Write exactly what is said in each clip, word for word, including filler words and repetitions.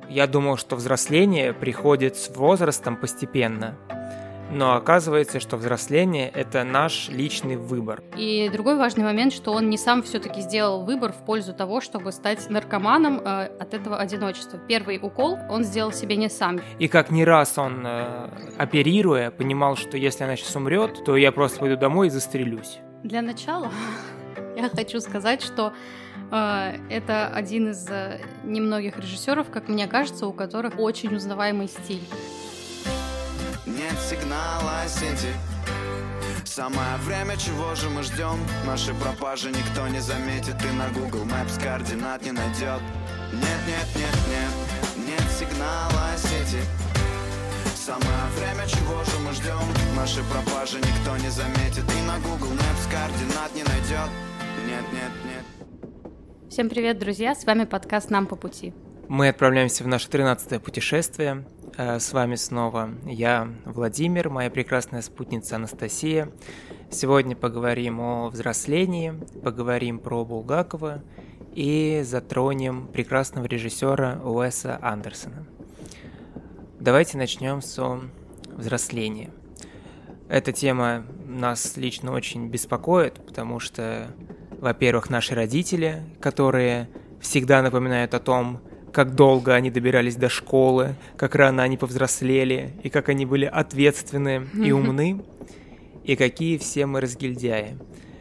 Я думал, что взросление приходит с возрастом постепенно, но оказывается, что взросление – это наш личный выбор. И другой важный момент, что он не сам все-таки сделал выбор в пользу того, чтобы стать наркоманом э, от этого одиночества. Первый укол он сделал себе не сам. И как не раз он, э, оперируя, понимал, что если она сейчас умрет, то я просто пойду домой и застрелюсь. Для начала я хочу сказать, что э, это один из э, немногих режиссеров, как мне кажется, у которых очень узнаваемый стиль. Нет сигнала сети. Самое время, чего же мы ждем? Наши пропажи никто не заметит, и на Google Maps координат не найдет. Нет, нет, нет, нет, нет сигнала сети. Самое время, чего же мы ждем? Наши пропажи никто не заметит, и на Google Maps координат не найдет. Нет, нет, нет. Всем привет, друзья, с вами подкаст «Нам по пути». Мы отправляемся в наше тринадцатое путешествие. С вами снова я, Владимир, моя прекрасная спутница Анастасия. Сегодня поговорим о взрослении, поговорим про Булгакова и затронем прекрасного режиссера Уэса Андерсона. Давайте начнем с взросления. Эта тема нас лично очень беспокоит, потому что, во-первых, наши родители, которые всегда напоминают о том, как долго они добирались до школы, как рано они повзрослели, и как они были ответственны и умны, и какие все мы разгильдяи.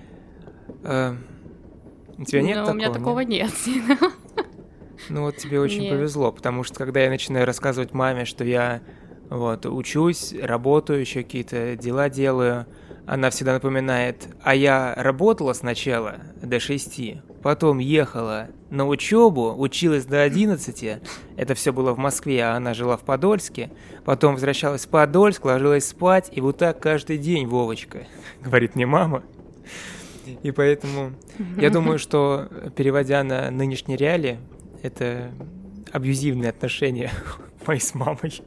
А, у тебя нет Но такого? У меня такого нет. нет. Ну вот тебе очень нет. повезло, потому что когда я начинаю рассказывать маме, что я вот учусь, работаю, еще какие-то дела делаю, она всегда напоминает: а я работала сначала до шести, потом ехала на учебу, училась до одиннадцати, это все было в Москве, а она жила в Подольске, потом возвращалась в Подольск, ложилась спать, и вот так каждый день, Вовочка, говорит мне мама. И поэтому я думаю, что, переводя на нынешние реалии, это абьюзивные отношения мои с мамой.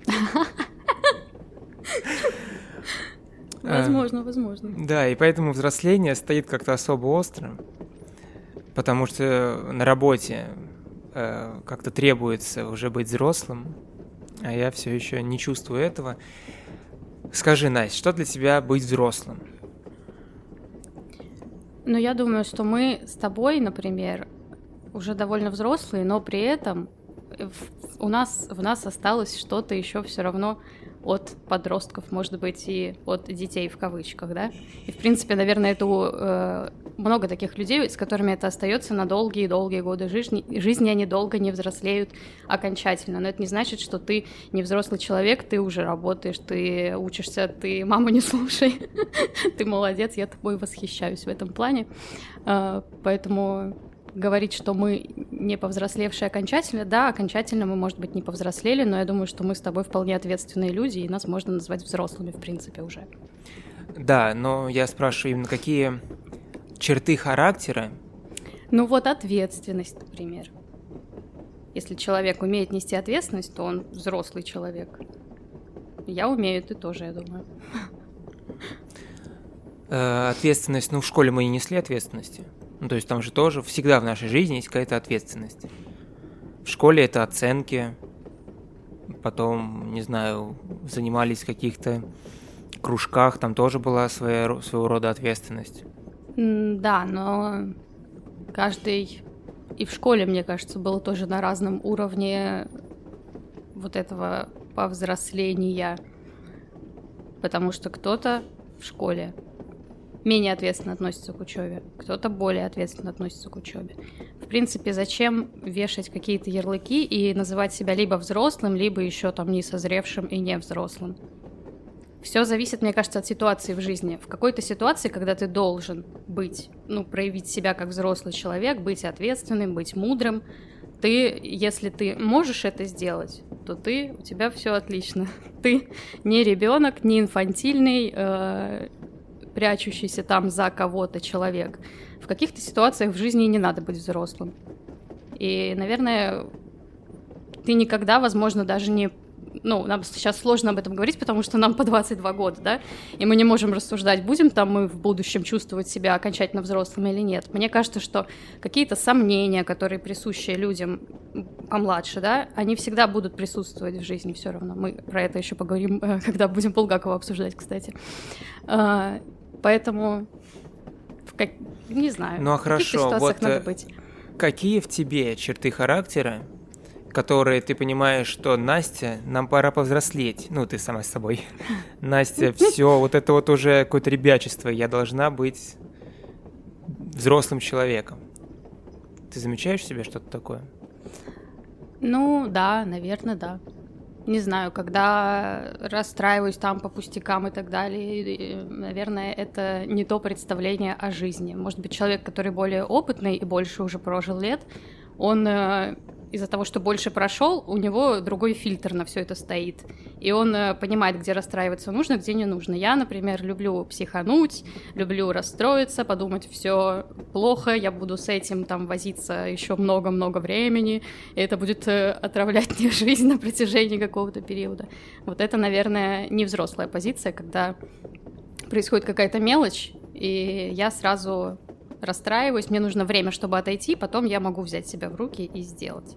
Возможно, возможно. Да, и поэтому взросление стоит как-то особо остро, потому что на работе э, как-то требуется уже быть взрослым, а я все еще не чувствую этого. Скажи, Настя, что для тебя быть взрослым? Ну, я думаю, что мы с тобой, например, уже довольно взрослые, но при этом у нас, в нас осталось что-то еще все равно от подростков, может быть, и от детей в кавычках, да? И, в принципе, наверное, это у, э, много таких людей, с которыми это остается на долгие-долгие годы жизни. Жизни они долго не взрослеют окончательно. Но это не значит, что ты не взрослый человек, ты уже работаешь, ты учишься, ты маму не слушай. Ты молодец, я тобой восхищаюсь в этом плане. Поэтому говорить, что мы не повзрослевшие окончательно, да, окончательно мы, может быть, не повзрослели, но я думаю, что мы с тобой вполне ответственные люди, и нас можно назвать взрослыми, в принципе, уже. Да, но я спрашиваю именно, какие черты характера? Ну вот ответственность, например. Если человек умеет нести ответственность, то он взрослый человек. Я умею, ты тоже, я думаю. Ответственность, ну, в школе мы и несли ответственности. Ну, то есть там же тоже всегда в нашей жизни есть какая-то ответственность. В школе это оценки, потом, не знаю, занимались в каких-то кружках, там тоже была своя, своего рода ответственность. Да, но каждый и в школе, мне кажется, было тоже на разном уровне вот этого повзросления, потому что кто-то в школе менее ответственно относится к учебе, кто-то более ответственно относится к учебе. В принципе, зачем вешать какие-то ярлыки и называть себя либо взрослым, либо еще там несозревшим и невзрослым? Все зависит, мне кажется, от ситуации в жизни. В какой-то ситуации, когда ты должен быть, ну, проявить себя как взрослый человек, быть ответственным, быть мудрым, ты, если ты можешь это сделать, то ты, у тебя все отлично. Ты не ребенок, не инфантильный, э- прячущийся там за кого-то человек. В каких-то ситуациях в жизни не надо быть взрослым. И, наверное, ты никогда, возможно, даже не ну, нам сейчас сложно об этом говорить, потому что нам по двадцать два года, да, и мы не можем рассуждать, будем там мы в будущем чувствовать себя окончательно взрослыми или нет. Мне кажется, что какие-то сомнения, которые присущи людям помладше, да, они всегда будут присутствовать в жизни все равно. Мы про это еще поговорим, когда будем Булгакова обсуждать, кстати. Поэтому, как... не знаю, ну, а в каких хорошо, ситуациях вот надо быть. Какие в тебе черты характера, которые ты понимаешь, что Настя, нам пора повзрослеть, ну, ты сама с собой, Настя, все, вот это вот уже какое-то ребячество, я должна быть взрослым человеком. Ты замечаешь в себе что-то такое? Ну, да, наверное, да. Не знаю, когда расстраиваюсь там по пустякам и так далее, наверное, это не то представление о жизни. Может быть, человек, который более опытный и больше уже прожил лет, он из-за того, что больше прошел, у него другой фильтр на все это стоит. И он понимает, где расстраиваться нужно, где не нужно. Я, например, люблю психануть, люблю расстроиться, подумать, все плохо, я буду с этим там возиться еще много-много времени, и это будет отравлять мне жизнь на протяжении какого-то периода. Вот это, наверное, не взрослая позиция, когда происходит какая-то мелочь, и я сразу расстраиваюсь, мне нужно время, чтобы отойти, потом я могу взять себя в руки и сделать.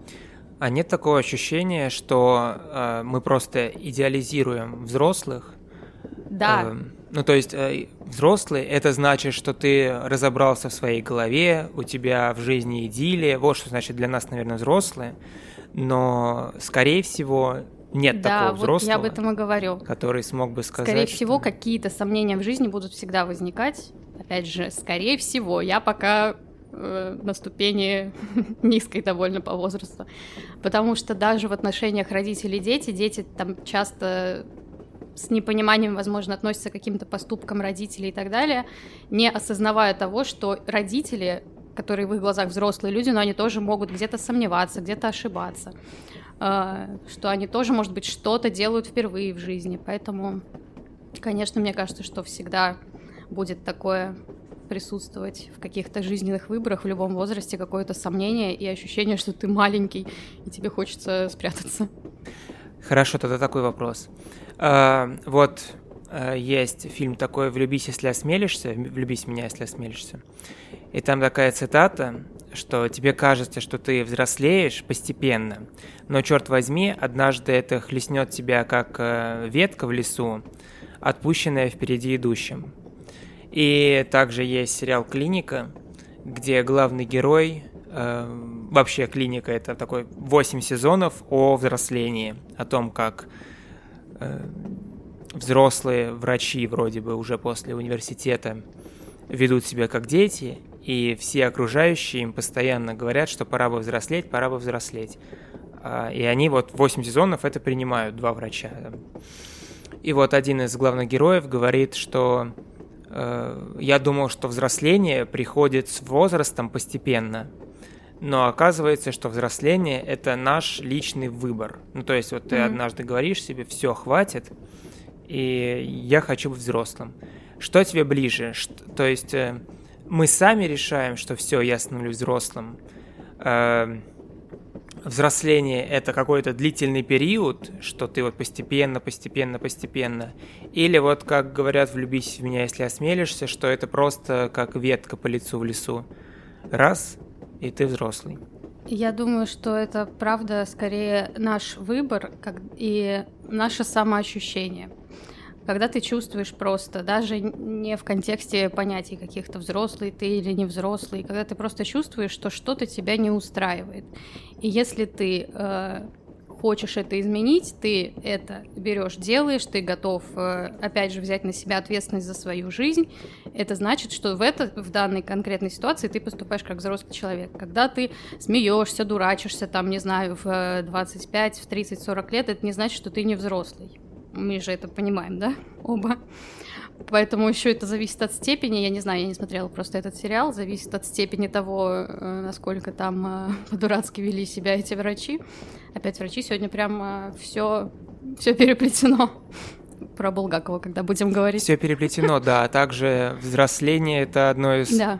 А нет такого ощущения, что э, мы просто идеализируем взрослых? Да. Э, ну, то есть э, взрослый – это значит, что ты разобрался в своей голове, у тебя в жизни идиллия, вот что значит для нас, наверное, взрослые, но, скорее всего, нет да, такого вот взрослого, я об этом и говорю. который смог бы сказать, скорее что... всего, какие-то сомнения в жизни будут всегда возникать. Опять же, скорее всего, я пока э, на ступени низкой довольно по возрасту. Потому что даже в отношениях родителей и дети, дети там часто с непониманием, возможно, относятся к каким-то поступкам родителей и так далее, не осознавая того, что родители, которые в их глазах взрослые люди, но они тоже могут где-то сомневаться, где-то ошибаться, э, что они тоже, может быть, что-то делают впервые в жизни. Поэтому, конечно, мне кажется, что всегда будет такое присутствовать в каких-то жизненных выборах в любом возрасте, какое-то сомнение и ощущение, что ты маленький, и тебе хочется спрятаться. Хорошо, тогда такой вопрос. А, вот а, есть фильм такой «Влюбись, если осмелишься», «Влюбись в меня, если осмелишься». И там такая цитата, что тебе кажется, что ты взрослеешь постепенно, но, черт возьми, однажды это хлестнет тебя, как ветка в лесу, отпущенная впереди идущим. И также есть сериал «Клиника», где главный герой, э, вообще «Клиника» — это такой восемь сезонов о взрослении, о том, как э, взрослые врачи вроде бы уже после университета ведут себя как дети, и все окружающие им постоянно говорят, что пора бы взрослеть, пора бы взрослеть. И они вот восемь сезонов это принимают, два врача. И вот один из главных героев говорит, что я думал, что взросление приходит с возрастом постепенно, но оказывается, что взросление – это наш личный выбор. Ну, то есть вот ты mm-hmm. однажды говоришь себе, все, хватит, и я хочу быть взрослым. Что тебе ближе? Что, то есть мы сами решаем, что все, я становлюсь взрослым. Взросление – это какой-то длительный период, что ты вот постепенно, постепенно, постепенно. Или вот, как говорят, влюбись в меня, если осмелишься, что это просто как ветка по лицу в лесу. Раз – и ты взрослый. Я думаю, что это, правда, скорее наш выбор и наше самоощущение. Когда ты чувствуешь просто, даже не в контексте понятий каких-то, взрослый ты или не взрослый, когда ты просто чувствуешь, что что-то тебя не устраивает. И если ты э, хочешь это изменить, ты это берешь, делаешь, ты готов, э, опять же, взять на себя ответственность за свою жизнь, это значит, что в, это, в данной конкретной ситуации ты поступаешь как взрослый человек. Когда ты смеешься, дурачишься, там, не знаю, в двадцать пять, в тридцать, сорок лет, это не значит, что ты не взрослый. Мы же это понимаем, да, оба. Поэтому еще это зависит от степени, я не знаю, я не смотрела просто этот сериал, зависит от степени того, насколько там по-дурацки вели себя эти врачи. Опять врачи, сегодня прям все, все переплетено. Про Булгакова, когда будем говорить. Все переплетено, да. А также взросление – это одно из да.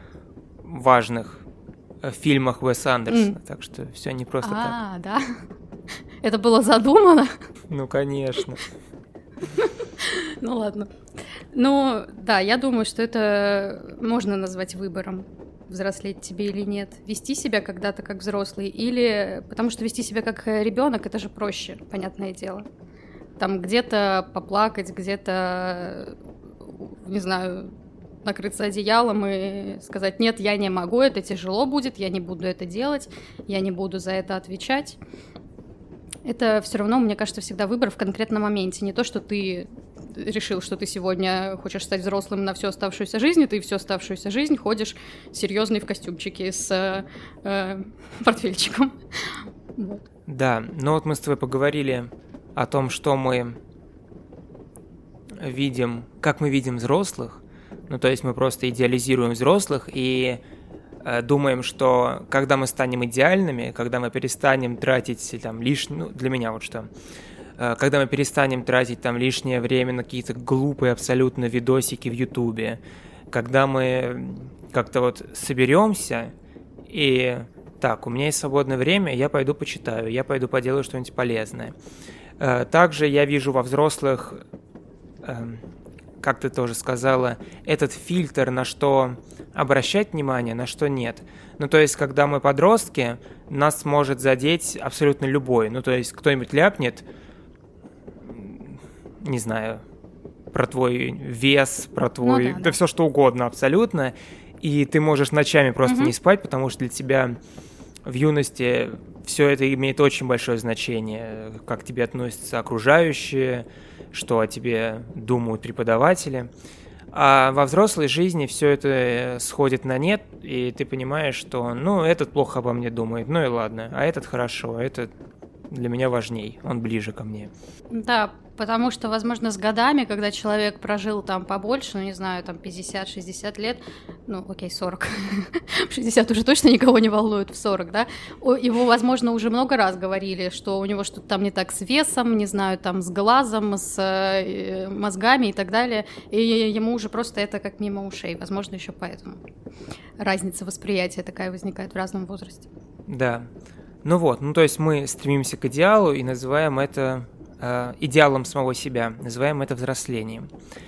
важных в фильмах Уэса Андерсона, mm. так что все не просто а, так. А, да. это было задумано. Ну, конечно. Ну, ладно. Ну, да, я думаю, что это можно назвать выбором, взрослеть тебе или нет. Вести себя когда-то как взрослый или... Потому что вести себя как ребенок это же проще, понятное дело. Там где-то поплакать, где-то, не знаю, накрыться одеялом и сказать: нет, я не могу, это тяжело будет, я не буду это делать, я не буду за это отвечать. Это все равно, мне кажется, всегда выбор в конкретном моменте. Не то, что ты решил, что ты сегодня хочешь стать взрослым на всю оставшуюся жизнь, и ты всю оставшуюся жизнь ходишь серьезный в костюмчике с э, портфельчиком. Вот. Да, ну вот мы с тобой поговорили о том, что мы видим, как мы видим взрослых. Ну, то есть мы просто идеализируем взрослых и э, думаем, что когда мы станем идеальными, когда мы перестанем тратить там лишнее, ну, для меня вот что, э, когда мы перестанем тратить там лишнее время на какие-то глупые абсолютно видосики в Ютубе, когда мы как-то вот соберемся и так, у меня есть свободное время, я пойду почитаю, я пойду поделаю что-нибудь полезное. Э, также я вижу во взрослых... Э, как ты тоже сказала, этот фильтр, на что обращать внимание, на что нет. Ну, то есть, когда мы подростки, нас может задеть абсолютно любой. Ну, то есть, кто-нибудь ляпнет, не знаю, про твой вес, про твой... Ну, да, да, да. все что угодно абсолютно. И ты можешь ночами просто угу. не спать, потому что для тебя в юности все это имеет очень большое значение. Как к тебе относятся окружающие, что о тебе думают преподаватели. А во взрослой жизни все это сходит на нет, и ты понимаешь, что, ну, этот плохо обо мне думает, ну и ладно, а этот хорошо, этот для меня важней, он ближе ко мне. Да, потому что, возможно, с годами, когда человек прожил там побольше, ну, не знаю, там пятьдесят-шестьдесят лет, ну, окей, сорок, шестьдесят уже точно никого не волнует в сорок, да, его, возможно, уже много раз говорили, что у него что-то там не так с весом, не знаю, там с глазом, с мозгами и так далее, и ему уже просто это как мимо ушей, возможно, еще поэтому разница восприятия такая возникает в разном возрасте. Да. Ну вот, ну то есть мы стремимся к идеалу и называем это э, идеалом самого себя, называем это взрослением.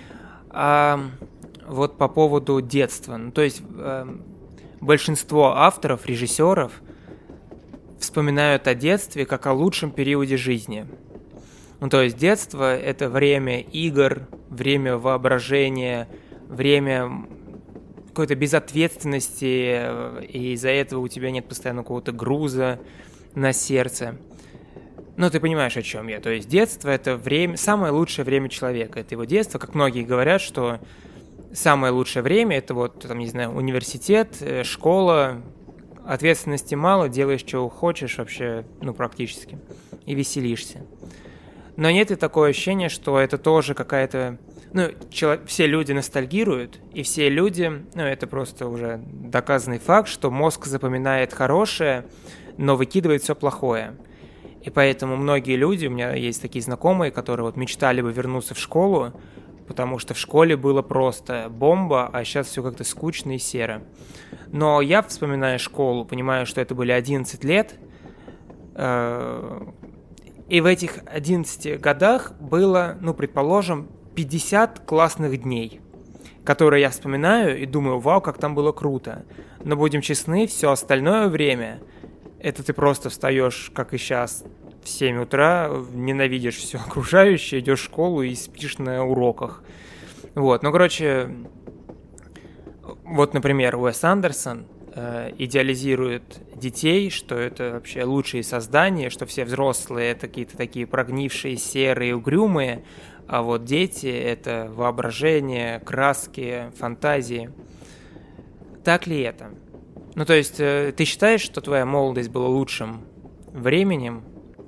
А вот по поводу детства, ну то есть э, большинство авторов, режиссеров вспоминают о детстве как о лучшем периоде жизни. Ну то есть детство – это время игр, время воображения, время какой-то безответственности, и из-за этого у тебя нет постоянно какого-то груза на сердце. Ну, ты понимаешь, о чем я. То есть детство – это время, самое лучшее время человека. Это его детство. Как многие говорят, что самое лучшее время – это вот, там, не знаю, университет, школа, ответственности мало, делаешь, что хочешь вообще, ну, практически, и веселишься. Но нет и такое ощущение, что это тоже какая-то... Ну, чело... все люди ностальгируют, и все люди, ну, это просто уже доказанный факт, что мозг запоминает хорошее, но выкидывает все плохое. И поэтому многие люди, у меня есть такие знакомые, которые вот мечтали бы вернуться в школу, потому что в школе было просто бомба, а сейчас все как-то скучно и серо. Но я, вспоминая школу, понимаю, что это были одиннадцать лет, и в этих одиннадцати годах было, ну, предположим, пятьдесят классных дней, которые я вспоминаю и думаю, вау, как там было круто. Но будем честны, все остальное время, это ты просто встаешь, как и сейчас, в семь утра, ненавидишь все окружающее, идешь в школу и спишь на уроках. Вот, ну, короче, вот, например, Уэс Андерсон э, идеализирует детей, что это вообще лучшие создания, что все взрослые это какие-то такие прогнившие, серые, угрюмые, а вот дети – это воображение, краски, фантазии. Так ли это? Ну, то есть, ты считаешь, что твоя молодость была лучшим временем,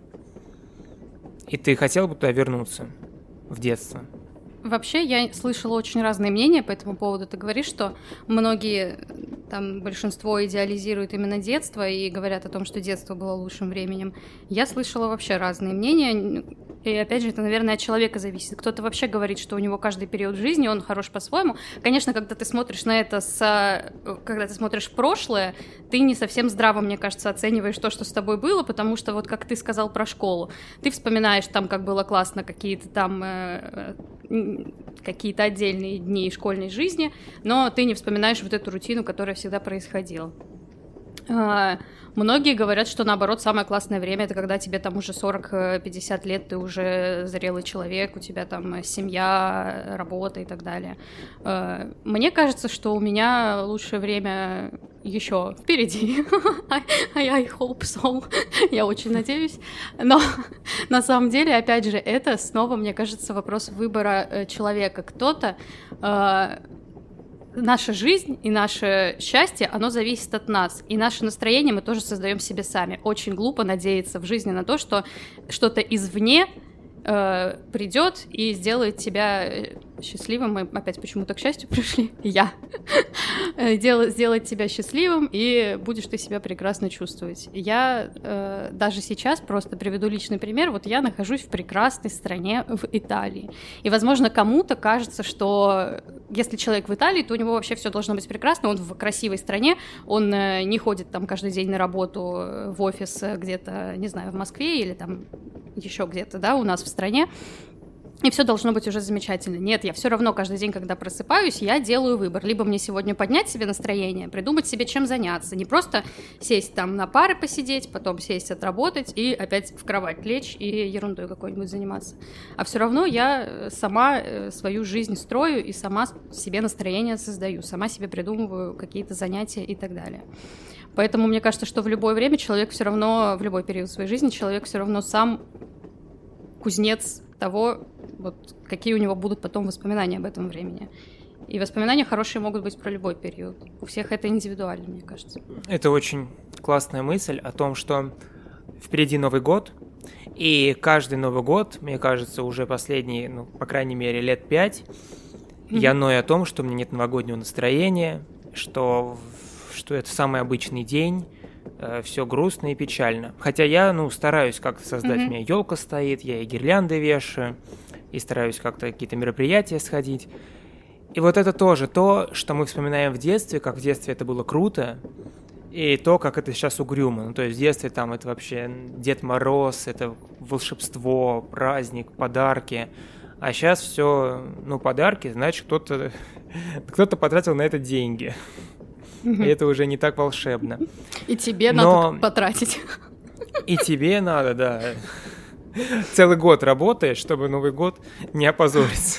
и ты хотел бы туда вернуться, в детство? Вообще, я слышала очень разные мнения по этому поводу. Ты говоришь, что многие, там, большинство идеализируют именно детство и говорят о том, что детство было лучшим временем. Я слышала вообще разные мнения. И опять же, это, наверное, от человека зависит. Кто-то вообще говорит, что у него каждый период жизни, он хорош по-своему. Конечно, когда ты смотришь на это, с... когда ты смотришь в прошлое, ты не совсем здраво, мне кажется, оцениваешь то, что с тобой было, потому что вот как ты сказал про школу, ты вспоминаешь там, как было классно, какие-то там э, какие-то отдельные дни школьной жизни, но ты не вспоминаешь вот эту рутину, которая всегда происходила. Многие говорят, что наоборот, самое классное время — это когда тебе там уже сорок-пятьдесят лет, ты уже зрелый человек, у тебя там семья, работа и так далее. Мне кажется, что у меня лучшее время еще впереди. I, I hope so. Я очень надеюсь. Но на самом деле, опять же, это снова, мне кажется, вопрос выбора человека. Кто-то... Наша жизнь и наше счастье, оно зависит от нас, и наше настроение мы тоже создаем себе сами. Очень глупо надеяться в жизни на то, что что-то извне э, придет и сделает тебя счастливым. Мы опять почему-то к счастью пришли. Я. Сделает тебя счастливым, и будешь ты себя прекрасно чувствовать. Я э, даже сейчас просто приведу личный пример. Вот я нахожусь в прекрасной стране, в Италии. И, возможно, кому-то кажется, что если человек в Италии, то у него вообще все должно быть прекрасно. Он в красивой стране, он э, не ходит там каждый день на работу в офис где-то, не знаю, в Москве или там еще где-то, да, у нас в стране. И все должно быть уже замечательно. Нет, я все равно каждый день, когда просыпаюсь, я делаю выбор. Либо мне сегодня поднять себе настроение, придумать себе, чем заняться. Не просто сесть там на пары посидеть, потом сесть отработать и опять в кровать лечь и ерундой какой-нибудь заниматься. А все равно я сама свою жизнь строю и сама себе настроение создаю, сама себе придумываю какие-то занятия и так далее. Поэтому мне кажется, что в любое время человек все равно, в любой период своей жизни, человек все равно сам кузнец того, вот, какие у него будут потом воспоминания об этом времени. И воспоминания хорошие могут быть про любой период. У всех это индивидуально, мне кажется. Это очень классная мысль о том, что впереди Новый год, и каждый Новый год, мне кажется, уже последние, ну, по крайней мере, лет пять, mm-hmm. я ною о том, что у меня нет новогоднего настроения, что, что это самый обычный день, все грустно и печально. Хотя я, ну, стараюсь как-то создать, mm-hmm. у меня елка стоит, я и гирлянды вешаю, и стараюсь как-то какие-то мероприятия сходить. И вот это тоже то, что мы вспоминаем в детстве, как в детстве это было круто, и то, как это сейчас угрюмо. Ну, то есть в детстве там это вообще Дед Мороз, это волшебство, праздник, подарки. А сейчас все, ну, подарки, значит, кто-то, кто-то потратил на это деньги. И это уже не так волшебно. И тебе Но... надо потратить. И тебе надо, да. Целый год работаешь, чтобы Новый год не опозориться.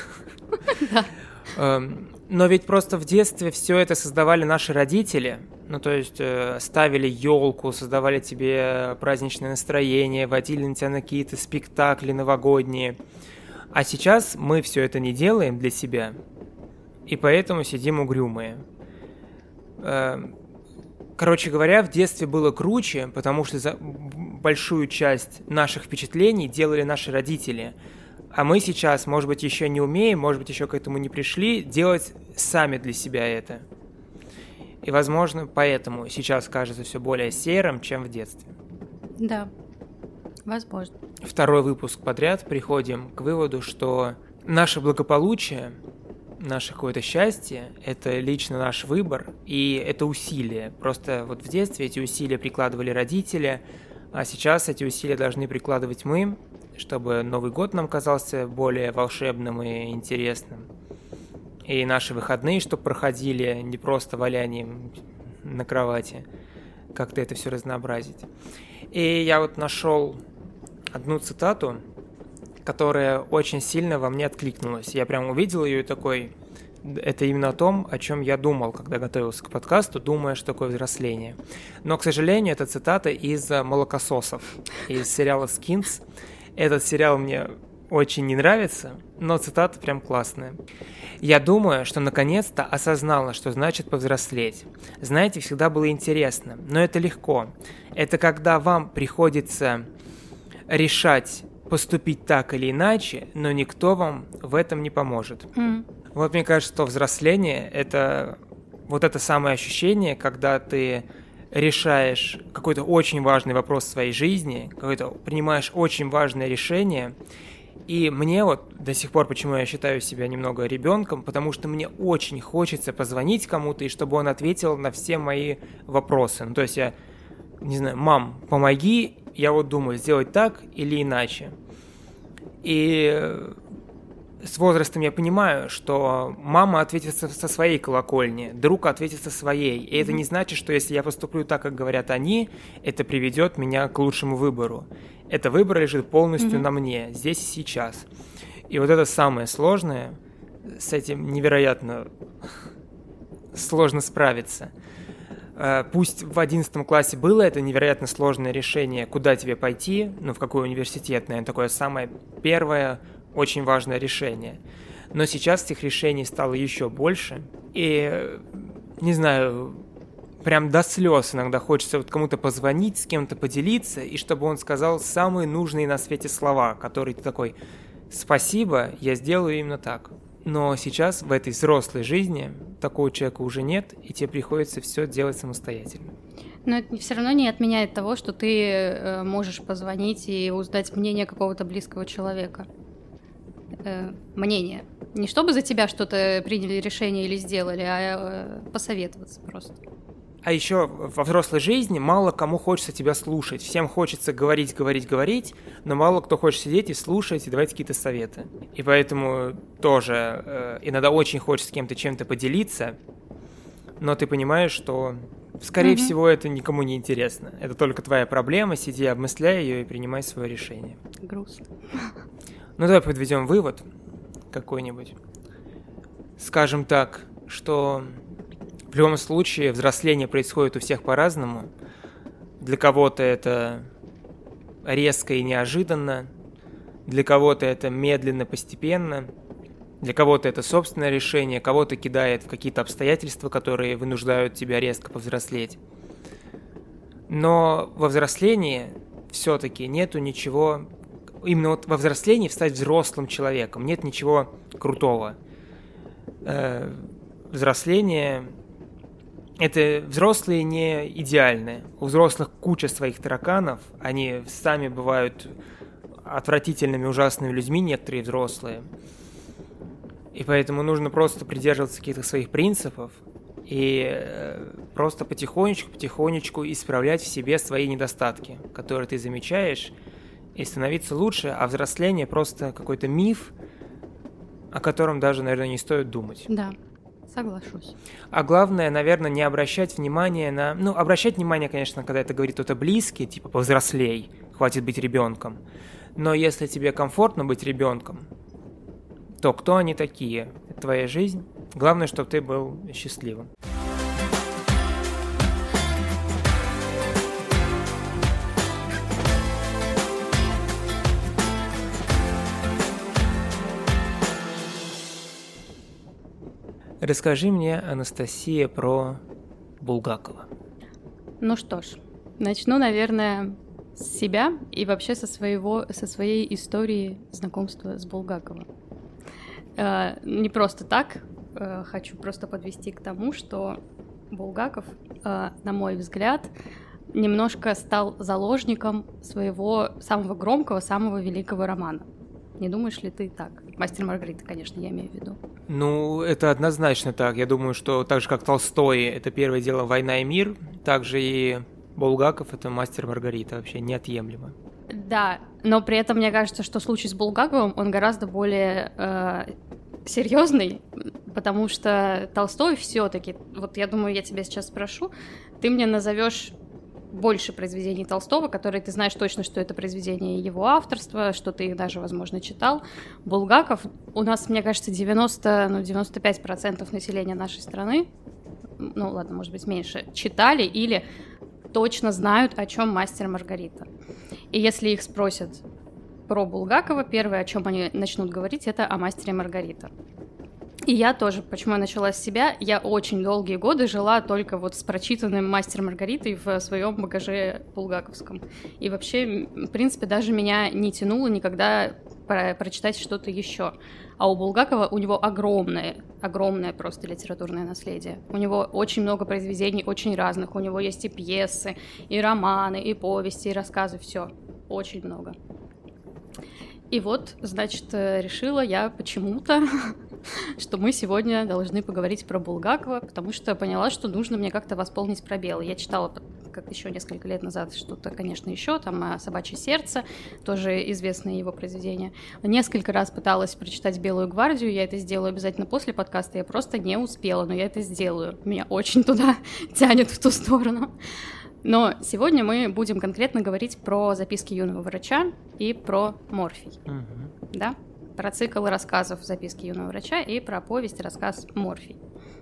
Да. Но ведь просто в детстве все это создавали наши родители. Ну, то есть ставили елку, создавали тебе праздничное настроение, водили на тебя на какие-то спектакли новогодние. А сейчас мы все это не делаем для себя, и поэтому сидим угрюмые. Короче говоря, в детстве было круче, потому что за большую часть наших впечатлений делали наши родители. А мы сейчас, может быть, еще не умеем, может быть, еще к этому не пришли, делать сами для себя это. И, возможно, поэтому сейчас кажется все более серым, чем в детстве. Да, возможно. Второй выпуск подряд приходим к выводу, что наше благополучие, наше какое-то счастье – это лично наш выбор, и это усилия. Просто вот в детстве эти усилия прикладывали родители, а сейчас эти усилия должны прикладывать мы, чтобы Новый год нам казался более волшебным и интересным. И наши выходные, чтобы проходили не просто валянием на кровати, как-то это все разнообразить. И я вот нашел одну цитату, которая очень сильно во мне откликнулась. Я прям увидел ее и такой... Это именно о том, о чем я думал, когда готовился к подкасту, думая, что такое взросление. Но, к сожалению, это цитата из «Молокососов», из сериала «Скинс». Этот сериал мне очень не нравится, но цитата прям классная. «Я думаю, что наконец-то осознала, что значит повзрослеть. Знаете, всегда было интересно, но это легко. Это когда вам приходится решать, поступить так или иначе, но никто вам в этом не поможет». Mm. Вот мне кажется, что взросление – это вот это самое ощущение, когда ты решаешь какой-то очень важный вопрос в своей жизни, какое-то принимаешь очень важное решение, И мне вот до сих пор, почему я считаю себя немного ребенком, потому что мне очень хочется позвонить кому-то, и чтобы он ответил на все мои вопросы. Ну, то есть я, не знаю, мам, помоги, я вот думаю, сделать так или иначе. И с возрастом я понимаю, что мама ответит со, со своей колокольни, друг ответит со своей. И mm-hmm. это не значит, что если я поступлю так, как говорят они, это приведет меня к лучшему выбору. Это выбор лежит полностью mm-hmm. на мне, здесь и сейчас. И вот это самое сложное, с этим невероятно сложно справиться. Пусть в одиннадцатом классе было это невероятно сложное решение, куда тебе пойти, ну, в какой университет, наверное, такое самое первое, очень важное решение. Но сейчас этих решений стало еще больше. И, не знаю, прям до слез иногда хочется вот кому-то позвонить, с кем-то поделиться, и чтобы он сказал самые нужные на свете слова, которые ты такой: «Спасибо, я сделаю именно так». Но сейчас в этой взрослой жизни такого человека уже нет, и тебе приходится все делать самостоятельно. Но это все равно не отменяет того, что ты можешь позвонить и узнать мнение какого-то близкого человека. Мнение. Не чтобы за тебя что-то приняли решение или сделали, а посоветоваться просто. А еще во взрослой жизни мало кому хочется тебя слушать. Всем хочется говорить, говорить, говорить, но мало кто хочет сидеть и слушать, и давать какие-то советы. И поэтому тоже э, иногда очень хочется с кем-то чем-то поделиться, но ты понимаешь, что, скорее mm-hmm. всего, это никому не интересно. Это только твоя проблема, сиди, обмысляй ее и принимай свое решение. Грустно. Ну, давай подведем вывод какой-нибудь. Скажем так, что в любом случае взросление происходит у всех по-разному. Для кого-то это резко и неожиданно, для кого-то это медленно, постепенно, для кого-то это собственное решение, кого-то кидает в какие-то обстоятельства, которые вынуждают тебя резко повзрослеть. Но во взрослении все-таки нету ничего... Именно вот во взрослении стать взрослым человеком нет ничего крутого. Э, взросление... Это взрослые не идеальные. У взрослых куча своих тараканов. Они сами бывают отвратительными, ужасными людьми, некоторые взрослые. И поэтому нужно просто придерживаться каких-то своих принципов и просто потихонечку, потихонечку исправлять в себе свои недостатки, которые ты замечаешь, и становиться лучше. А взросление просто какой-то миф, о котором даже, наверное, не стоит думать. Да. Соглашусь. А главное, наверное, не обращать внимания на... Ну, обращать внимание, конечно, когда это говорит кто-то близкий, типа повзрослей, хватит быть ребенком. Но если тебе комфортно быть ребенком, то кто они такие? Это твоя жизнь. Главное, чтобы ты был счастливым. Расскажи мне, Анастасия, про Булгакова. Ну что ж, начну, наверное, с себя и вообще со, своего, со своей истории знакомства с Булгаковым. Э, не просто так, э, хочу просто подвести к тому, что Булгаков, э, на мой взгляд, немножко стал заложником своего самого громкого, самого великого романа. Не думаешь ли ты так? «Мастер и Маргарита», конечно, я имею в виду. Ну, это однозначно так. Я думаю, что так же, как Толстой, это первое дело «Война и мир», так же и Булгаков — это «Мастер и Маргарита», вообще неотъемлемо. Да, но при этом мне кажется, что случай с Булгаковым, он гораздо более э, серьезный, потому что Толстой все-таки, вот я думаю, я тебя сейчас спрошу, ты мне назовешь больше произведений Толстого, которые ты знаешь точно, что это произведение его авторства, что ты их даже, возможно, читал. Булгаков, у нас, мне кажется, девяносто, ну, девяносто пять процентов населения нашей страны, ну ладно, может быть, меньше, читали или точно знают, о чем «Мастер и Маргарита». И если их спросят про Булгакова, первое, о чем они начнут говорить, это о «Мастере и Маргарита». И я тоже, почему я начала с себя, я очень долгие годы жила только вот с прочитанным «Мастером и Маргаритой» в своем багаже булгаковском. И вообще, в принципе, даже меня не тянуло никогда про- прочитать что-то еще. А у Булгакова, у него огромное, огромное просто литературное наследие. У него очень много произведений, очень разных. У него есть и пьесы, и романы, и повести, и рассказы, все. Очень много. И вот, значит, решила я почему-то, что мы сегодня должны поговорить про Булгакова, потому что поняла, что нужно мне как-то восполнить пробелы. Я читала как еще несколько лет назад что-то, конечно, еще, там «Собачье сердце», тоже известное его произведение. Несколько раз пыталась прочитать «Белую гвардию», я это сделаю обязательно после подкаста, я просто не успела, но я это сделаю. Меня очень туда тянет в ту сторону. Но сегодня мы будем конкретно говорить про «Записки юного врача» и про «Морфий». Угу. Да? Про цикл рассказов «Записки юного врача» и про повесть рассказ «Морфий».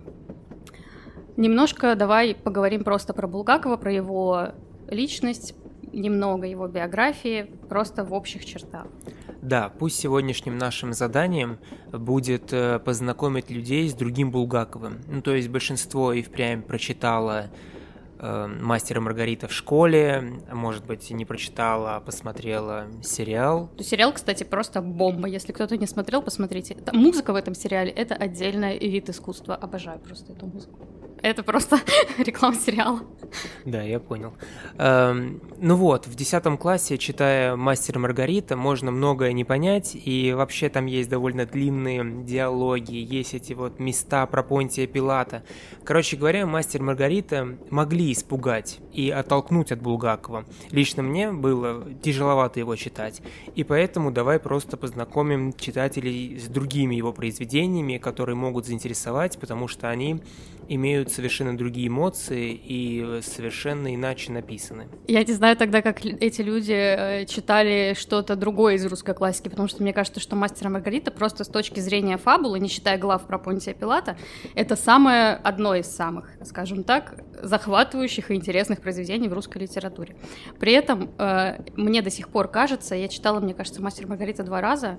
Немножко давай поговорим просто про Булгакова, про его личность, немного его биографии, просто в общих чертах. Да, пусть сегодняшним нашим заданием будет познакомить людей с другим Булгаковым. Ну, то есть большинство и впрямь прочитало «Мастера и Маргарита» в школе, может быть, не прочитала, а посмотрела сериал. Сериал, кстати, просто бомба. Если кто-то не смотрел, посмотрите. Музыка в этом сериале — это отдельный вид искусства. Обожаю просто эту музыку. Это просто реклама сериала. Да, я понял. Эм, ну вот, в десятом классе, читая «Мастера и Маргарита», можно многое не понять, и вообще там есть довольно длинные диалоги, есть эти вот места про Понтия Пилата. Короче говоря, «Мастер и Маргарита» могли испугать и оттолкнуть от Булгакова. Лично мне было тяжеловато его читать, и поэтому давай просто познакомим читателей с другими его произведениями, которые могут заинтересовать, потому что они имеют совершенно другие эмоции и совершенно иначе написаны. Я не знаю тогда, как эти люди читали что-то другое из русской классики, потому что мне кажется, что «Мастер и Маргарита» просто с точки зрения фабулы, не считая глав про Понтия Пилата, это самое, одно из самых, скажем так, захватывающих и интересных произведений в русской литературе. При этом э, мне до сих пор кажется, я читала, мне кажется, «Мастер и Маргарита» два раза,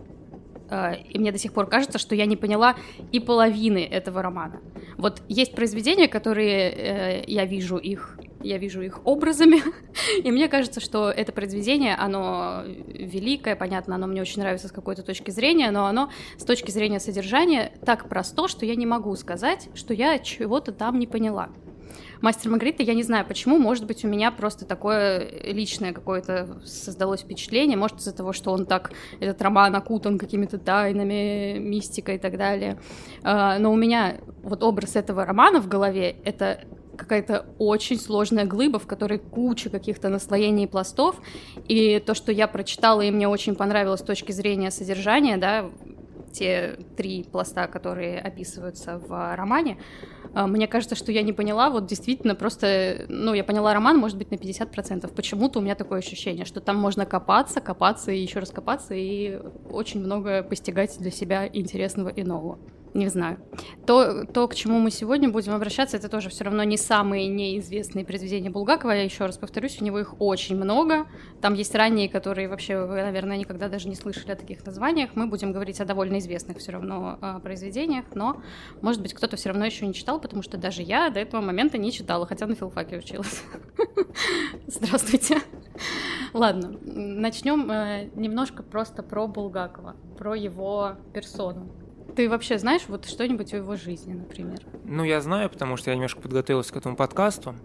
и мне до сих пор кажется, что я не поняла и половины этого романа. Вот есть произведения, которые э, я вижу их, я вижу их образами, и мне кажется, что это произведение, оно великое, понятно, оно мне очень нравится с какой-то точки зрения, но оно с точки зрения содержания так просто, что я не могу сказать, что я чего-то там не поняла. «Мастер и Маргарита», я не знаю почему, может быть, у меня просто такое личное какое-то создалось впечатление, может, из-за того, что он так, этот роман окутан какими-то тайнами, мистикой и так далее, но у меня вот образ этого романа в голове — это какая-то очень сложная глыба, в которой куча каких-то наслоений и пластов, и то, что я прочитала, и мне очень понравилось с точки зрения содержания, да, те три пласта, которые описываются в романе, мне кажется, что я не поняла, вот действительно просто, ну, я поняла роман, может быть, на пятьдесят процентов. Почему-то у меня такое ощущение, что там можно копаться, копаться и еще раз копаться, и очень много постигать для себя интересного и нового. Не знаю. То, то, к чему мы сегодня будем обращаться, это тоже все равно не самые неизвестные произведения Булгакова. Я еще раз повторюсь, у него их очень много. Там есть ранние, которые вообще вы, наверное, никогда даже не слышали о таких названиях. Мы будем говорить о довольно известных все равно э, произведениях, но, может быть, кто-то все равно еще не читал, потому что даже я до этого момента не читала, хотя на филфаке училась. Здравствуйте. Ладно, начнем э, немножко просто про Булгакова, про его персону. Ты вообще знаешь вот что-нибудь о его жизни, например? Ну, я знаю, потому что я немножко подготовился к этому подкасту.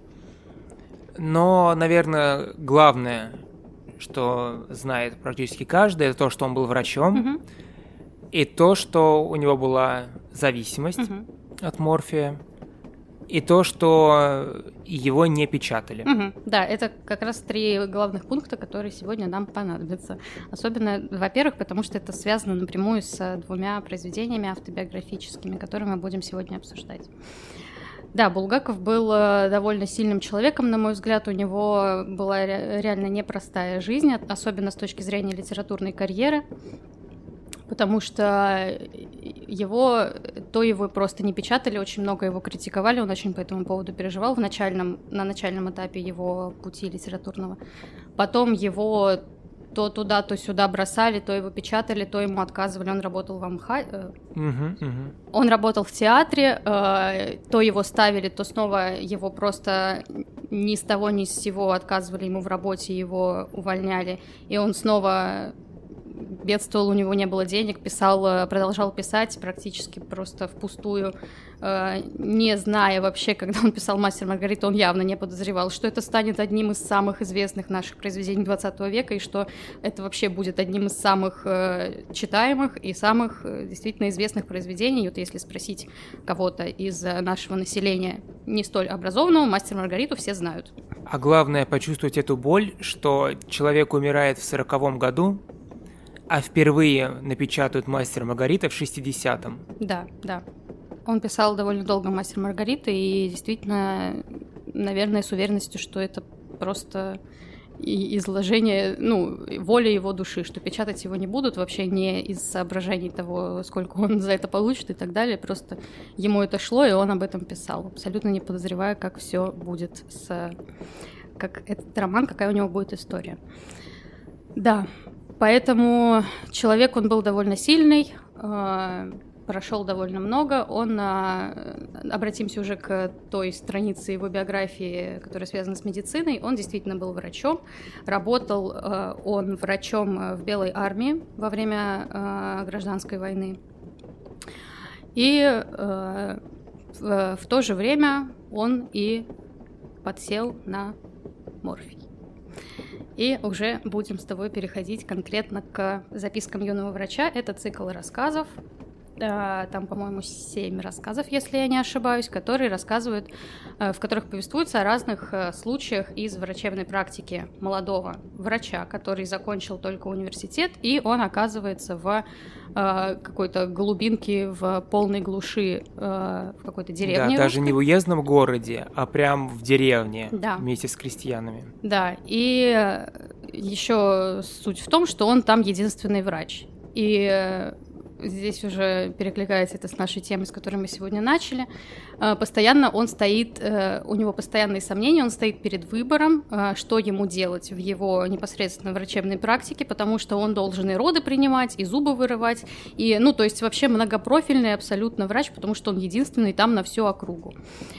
Но, наверное, главное, что знает практически каждый, это то, что он был врачом, угу. и то, что у него была зависимость угу. от морфия, и то, что его не печатали. Угу. Да, это как раз три главных пункта, которые сегодня нам понадобятся. Особенно, во-первых, потому что это связано напрямую с двумя произведениями автобиографическими, которые мы будем сегодня обсуждать. Да, Булгаков был довольно сильным человеком, на мой взгляд, у него была реально непростая жизнь, особенно с точки зрения литературной карьеры. Потому что его, то его просто не печатали, очень много его критиковали, он очень по этому поводу переживал в начальном, на начальном этапе его пути литературного. Потом его то туда, то сюда бросали, то его печатали, то ему отказывали, он работал в Амхате, uh-huh, uh-huh. он работал в театре, то его ставили, то снова его просто ни с того ни с сего отказывали ему в работе, его увольняли, и он снова бедствовал, у него не было денег, писал, продолжал писать практически просто впустую, не зная вообще, когда он писал «Мастер и Маргарита», он явно не подозревал, что это станет одним из самых известных наших произведений двадцатого века, и что это вообще будет одним из самых читаемых и самых действительно известных произведений. Вот если спросить кого-то из нашего населения не столь образованного, «Мастер и Маргариту» все знают. А главное почувствовать эту боль, что человек умирает в сороковом году, а впервые напечатают «Мастер и Маргарита» в шестидесятом. Да, да. Он писал довольно долго «Мастер и Маргарита», и действительно, наверное, с уверенностью, что это просто изложение, ну, воли его души, что печатать его не будут вообще не из соображений того, сколько он за это получит и так далее, просто ему это шло, и он об этом писал, абсолютно не подозревая, как все будет с... как этот роман, какая у него будет история. Да, поэтому человек, он был довольно сильный, прошел довольно много. Он, обратимся уже к той странице его биографии, которая связана с медициной, он действительно был врачом. Работал он врачом в Белой армии во время гражданской войны. И в, в то же время он и подсел на морфий. И уже будем с тобой переходить конкретно к запискам юного врача. Это цикл рассказов. Там, по-моему, семь рассказов, если я не ошибаюсь, которые рассказывают, в которых повествуются о разных случаях из врачебной практики молодого врача, который закончил только университет, и он оказывается в какой-то глубинке, в полной глуши, в какой-то деревне. Да, даже не в уездном городе, а прям в деревне, да, вместе с крестьянами. Да, и еще суть в том, что он там единственный врач. И здесь уже перекликается это с нашей темой, с которой мы сегодня начали. Постоянно он стоит, у него постоянные сомнения, он стоит перед выбором, что ему делать в его непосредственно врачебной практике, потому что он должен и роды принимать, и зубы вырывать, и, ну, то есть вообще многопрофильный абсолютно врач, потому что он единственный там на всю округу.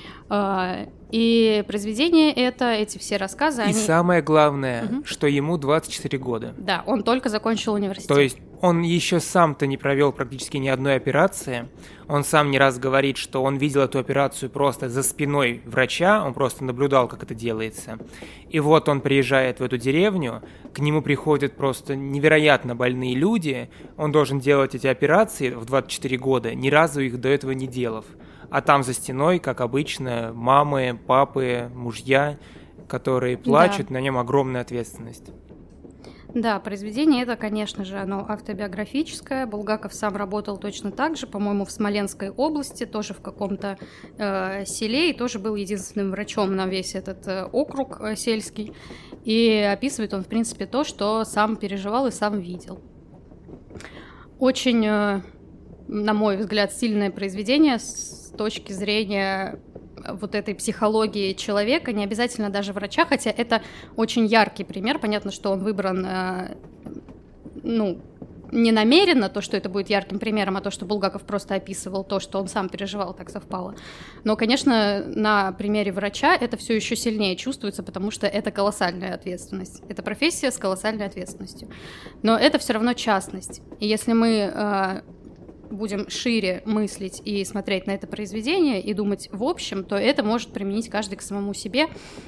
И произведение это, эти все рассказы... И они... самое главное, угу. что ему двадцать четыре года. Да, он только закончил университет. То есть он еще сам-то не провел практически ни одной операции. Он сам не раз говорит, что он видел эту операцию просто за спиной врача, он просто наблюдал, как это делается. И вот он приезжает в эту деревню, к нему приходят просто невероятно больные люди, он должен делать эти операции в двадцать четыре года, ни разу их до этого не делав. А там за стеной, как обычно, мамы, папы, мужья, которые плачут, да. На нем огромная ответственность. Да, произведение это, конечно же, оно автобиографическое. Булгаков сам работал точно так же, по-моему, в Смоленской области, тоже в каком-то э, селе, и тоже был единственным врачом на весь этот э, округ э, сельский. И описывает он, в принципе, то, что сам переживал и сам видел. Очень, э, на мой взгляд, сильное произведение с с точки зрения вот этой психологии человека, не обязательно даже врача, хотя это очень яркий пример. Понятно, что он выбран, э, ну, не намеренно, то, что это будет ярким примером, а то, что Булгаков просто описывал то, что он сам переживал, так совпало. Но, конечно, на примере врача это все еще сильнее чувствуется, потому что это колоссальная ответственность. Это профессия с колоссальной ответственностью. Но это все равно частность. И если мы... Э, будем шире мыслить и смотреть на это произведение и думать в общем, то это может применить каждый к самому себе,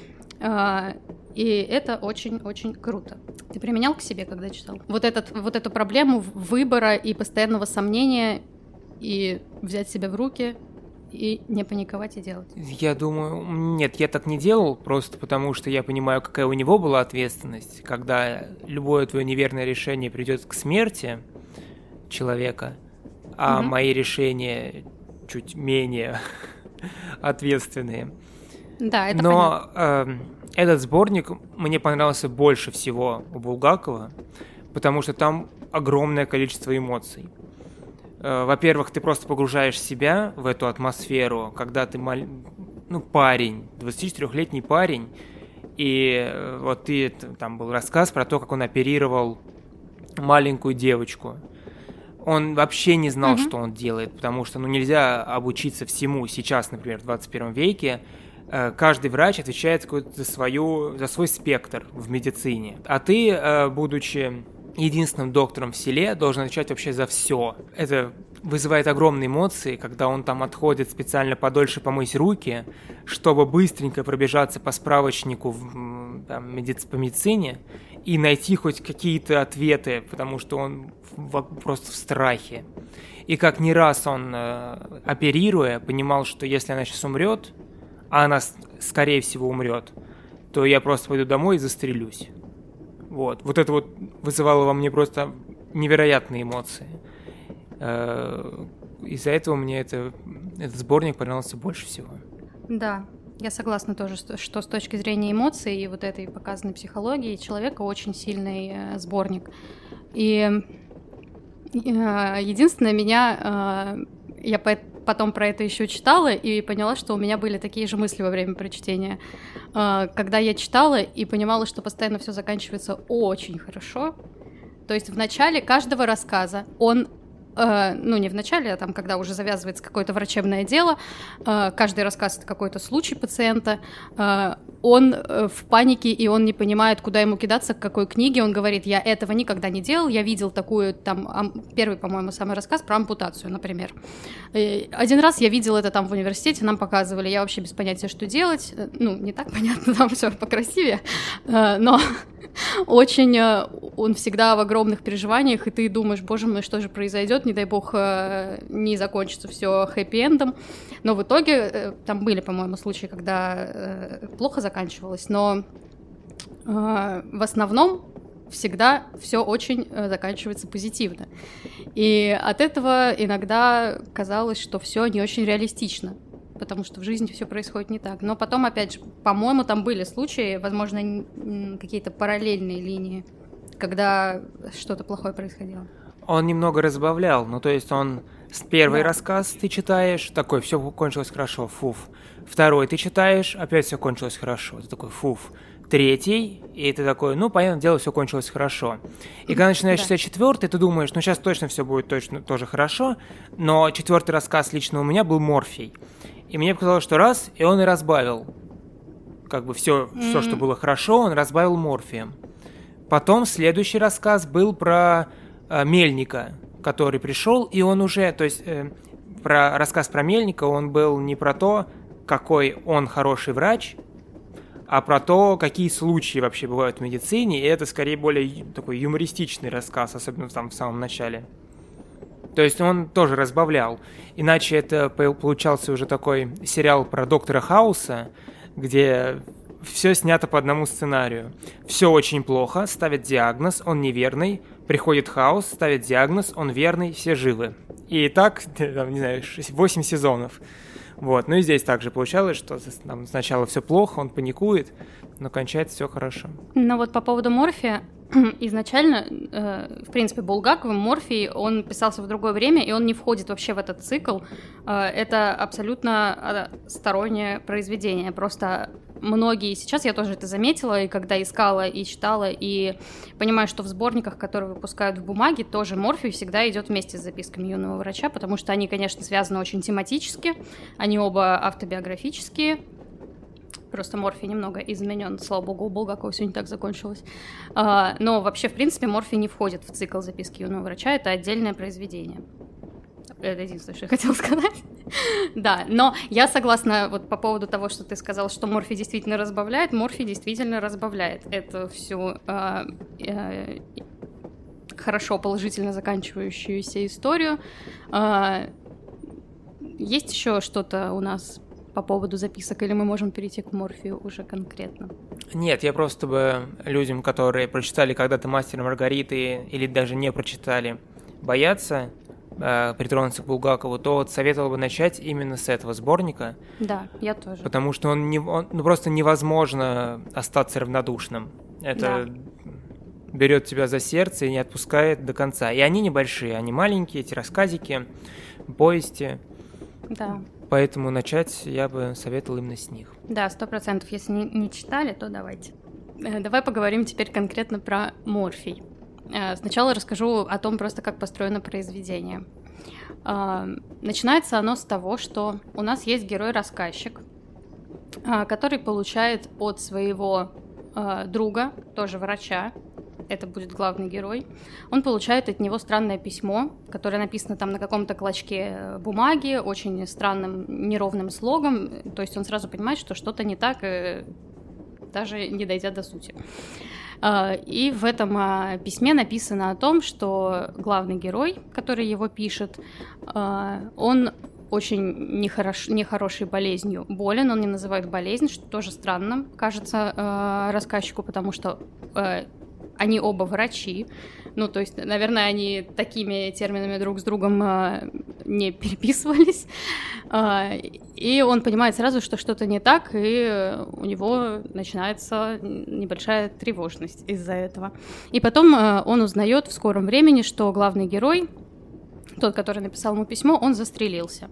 и это очень-очень круто. Ты применял к себе, когда читал? Вот, этот, вот эту проблему выбора и постоянного сомнения, и взять себя в руки, и не паниковать и делать? Я думаю, нет, я так не делал, просто потому что я понимаю, какая у него была ответственность, когда любое твое неверное решение придет к смерти человека, а угу. мои решения чуть менее ответственные. Да, это Но э, этот сборник мне понравился больше всего у Булгакова, потому что там огромное количество эмоций. Э, во-первых, ты просто погружаешь себя в эту атмосферу, когда ты мал... ну, парень, двадцатичетырёхлетний парень, и э, вот ты, там был рассказ про то, как он оперировал маленькую девочку. Он вообще не знал, uh-huh. что он делает, потому что ну, нельзя обучиться всему сейчас, например, в двадцать первом веке. Каждый врач отвечает за, свою, за свой спектр в медицине. А ты, будучи единственным доктором в селе, должен отвечать вообще за все. Это вызывает огромные эмоции, когда он там отходит специально подольше помыть руки, чтобы быстренько пробежаться по справочнику в, там, медиц- по медицине и найти хоть какие-то ответы, потому что он в, просто в страхе. И как не раз он, э, оперируя, понимал, что если она сейчас умрет, а она, скорее всего, умрет, то я просто пойду домой и застрелюсь. Вот. Вот это вот вызывало во мне просто невероятные эмоции. Из-за этого мне это, этот сборник понравился больше всего. Да, я согласна тоже, что с точки зрения эмоций и вот этой показанной психологии человека очень сильный сборник. И единственное, меня... Я потом про это еще читала и поняла, что у меня были такие же мысли во время прочтения. Когда я читала и понимала, что постоянно все заканчивается очень хорошо. То есть в начале каждого рассказа он... Ну, не в начале, а там, когда уже завязывается какое-то врачебное дело, каждый рассказ — это какой-то случай пациента, он в панике, и он не понимает, куда ему кидаться, к какой книге. Он говорит: я этого никогда не делал, я видел такую, там, первый, по-моему, самый рассказ про ампутацию, например. Один раз я видел это там в университете, нам показывали, я вообще без понятия, что делать. Ну, не так понятно, там все покрасивее, но... Очень он всегда в огромных переживаниях, и ты думаешь: боже мой, что же произойдет, не дай бог не закончится все хэппи-эндом. Но в итоге там были, по-моему, случаи, когда плохо заканчивалось, но в основном всегда все очень заканчивается позитивно. И от этого иногда казалось, что все не очень реалистично, потому что в жизни все происходит не так. Но потом, опять же, по-моему, там были случаи, возможно, какие-то параллельные линии, когда что-то плохое происходило. Он немного разбавлял, ну то есть он первый Да. рассказ ты читаешь, такой: все кончилось хорошо, фуф. Второй ты читаешь, опять все кончилось хорошо, ты такой: фуф. Третий, и ты такой: ну, понятное дело, все кончилось хорошо. И когда начинаешь Да. читать четвертый, ты думаешь: ну, сейчас точно все будет точно тоже хорошо, но четвертый рассказ лично у меня был Морфий. И мне показалось, что раз, и он и разбавил. Как бы все, mm-hmm. все, что было хорошо, он разбавил морфием. Потом следующий рассказ был про э, Мельника, который пришел, и он уже, то есть э, про рассказ про Мельника, он был не про то, какой он хороший врач, а про то, какие случаи вообще бывают в медицине, и это скорее более такой юмористичный рассказ, особенно там в самом начале. То есть он тоже разбавлял. Иначе это получался уже такой сериал про доктора Хауса, где все снято по одному сценарию. Все очень плохо, ставят диагноз, он неверный, приходит Хаус, ставит диагноз, он верный, все живы. И так, там, не знаю, восемь сезонов. Вот. Ну и здесь также получалось, что там сначала все плохо, он паникует, но кончается все хорошо. Но вот по поводу Морфия, изначально, э, в принципе, Булгаковым Морфий, он писался в другое время, и он не входит вообще в этот цикл. Э, это абсолютно стороннее произведение. Просто многие, сейчас я тоже это заметила, и когда искала, и читала, и понимаю, что в сборниках, которые выпускают в бумаге, тоже Морфий всегда идет вместе с записками юного врача, потому что они, конечно, связаны очень тематически, они оба автобиографические. Просто Морфий немного изменен, слава богу, у Булгакова все не так закончилось. А, но вообще, в принципе, Морфий не входит в цикл записки юного врача, это отдельное произведение. Это единственное, что я хотела сказать. Да, но я согласна вот по поводу того, что ты сказал, что Морфий действительно разбавляет. Морфий действительно разбавляет эту всю э, э, хорошо, положительно заканчивающуюся историю. Э, есть еще что-то у нас по поводу записок, или мы можем перейти к Морфию уже конкретно? Нет, я просто бы людям, которые прочитали когда-то «Мастера и Маргариты» или даже не прочитали, боятся э, притронуться к Булгакову, то вот советовал бы начать именно с этого сборника. Да, я тоже. Потому что он, не, он ну, просто невозможно остаться равнодушным. Это да. берет тебя за сердце и не отпускает до конца. И они небольшие, они маленькие, эти рассказики, повести. Да. Поэтому начать я бы советовал именно с них. Да, сто процентов. Если не, не читали, то давайте. Э, давай поговорим теперь конкретно про Морфий. Э, сначала расскажу о том, просто как построено произведение. Э, начинается оно с того, что у нас есть герой-рассказчик, э, который получает от своего э, друга, тоже врача, это будет главный герой, он получает от него странное письмо, которое написано там на каком-то клочке бумаги, очень странным неровным слогом, то есть он сразу понимает, что что-то не так, даже не дойдя до сути. И в этом письме написано о том, что главный герой, который его пишет, он очень нехорош... нехорошей болезнью болен, он не называет болезнь, что тоже странно, кажется, рассказчику, потому что они оба врачи, ну, то есть, наверное, они такими терминами друг с другом не переписывались, и он понимает сразу, что что-то не так, и у него начинается небольшая тревожность из-за этого. И потом он узнает в скором времени, что главный герой, тот, который написал ему письмо, он застрелился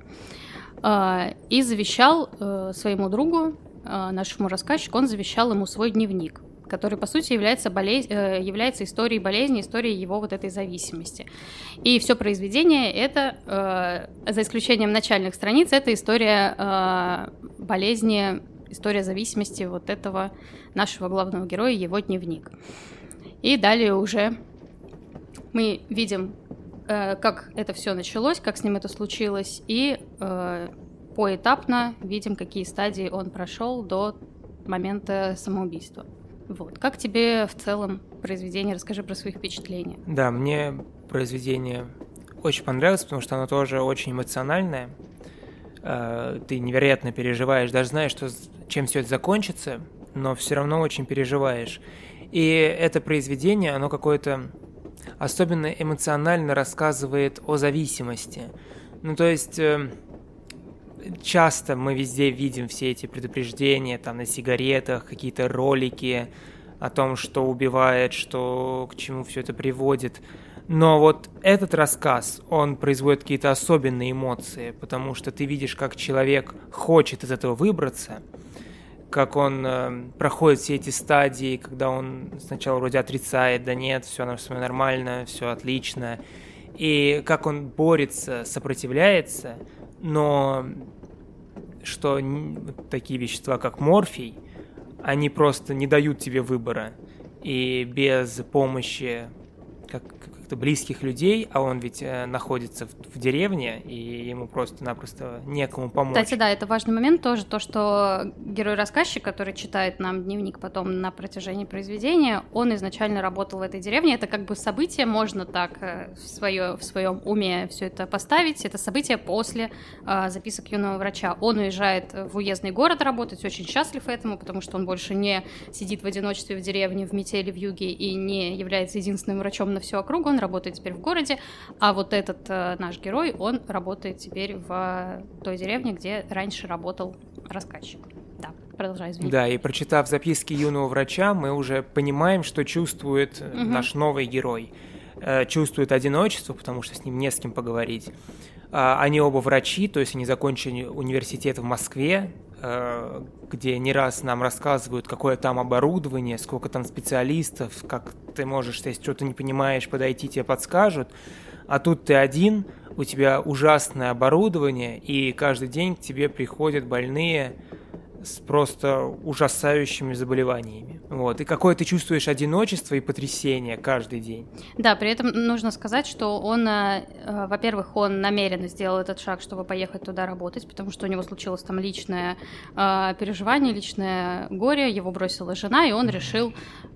и завещал своему другу, нашему рассказчику, он завещал ему свой дневник, который, по сути, является, болез... является историей болезни, историей его вот этой зависимости. И все произведение — это, э, за исключением начальных страниц, это история э, болезни, история зависимости вот этого нашего главного героя, его дневник. И далее уже мы видим, э, как это все началось, как с ним это случилось, и э, поэтапно видим, какие стадии он прошел до момента самоубийства. Вот. Как тебе в целом произведение? Расскажи про свои впечатления. Да, мне произведение очень понравилось, потому что оно тоже очень эмоциональное. Ты невероятно переживаешь, даже знаешь, что, чем все это закончится, но все равно очень переживаешь. И это произведение, оно какое-то особенно эмоционально рассказывает о зависимости. Ну, то есть... Часто мы везде видим все эти предупреждения, там на сигаретах, какие-то ролики о том, что убивает, что к чему все это приводит. Но вот этот рассказ, он производит какие-то особенные эмоции, потому что ты видишь, как человек хочет из этого выбраться, как он э, проходит все эти стадии, когда он сначала вроде отрицает, да нет, все нормально, все отлично, и как он борется, сопротивляется, но что такие вещества, как морфий, они просто не дают тебе выбора. И без помощи как, как-то близких людей, а он ведь э, находится в, в деревне, и ему просто-напросто некому помочь. Кстати, да, это важный момент тоже, то, что герой-рассказчик, который читает нам дневник потом на протяжении произведения, он изначально работал в этой деревне. Это как бы событие, можно так э, в, свое, в своем уме все это поставить. Это событие после э, записок юного врача. Он уезжает в уездный город работать, очень счастлив этому, потому что он больше не сидит в одиночестве в деревне, в метели, в юге и не является единственным врачом на всю округу, он работает теперь в городе, а вот этот э, наш герой, он работает теперь в э, той деревне, где раньше работал рассказчик. Да, продолжай, извини. Да, и прочитав записки юного врача, мы уже понимаем, что чувствует угу. наш новый герой. Э, чувствует одиночество, потому что с ним не с кем поговорить. Э, они оба врачи, то есть они закончили университет в Москве, э, где не раз нам рассказывают, какое там оборудование, сколько там специалистов, как ты можешь, если что-то не понимаешь, подойти, тебе подскажут. А тут ты один, у тебя ужасное оборудование, и каждый день к тебе приходят больные с просто ужасающими заболеваниями. Вот. И какое ты чувствуешь одиночество и потрясение каждый день. Да, при этом нужно сказать, что он, э, э, во-первых, он намеренно сделал этот шаг, чтобы поехать туда работать, потому что у него случилось там личное э, переживание, личное горе, его бросила жена, и он решил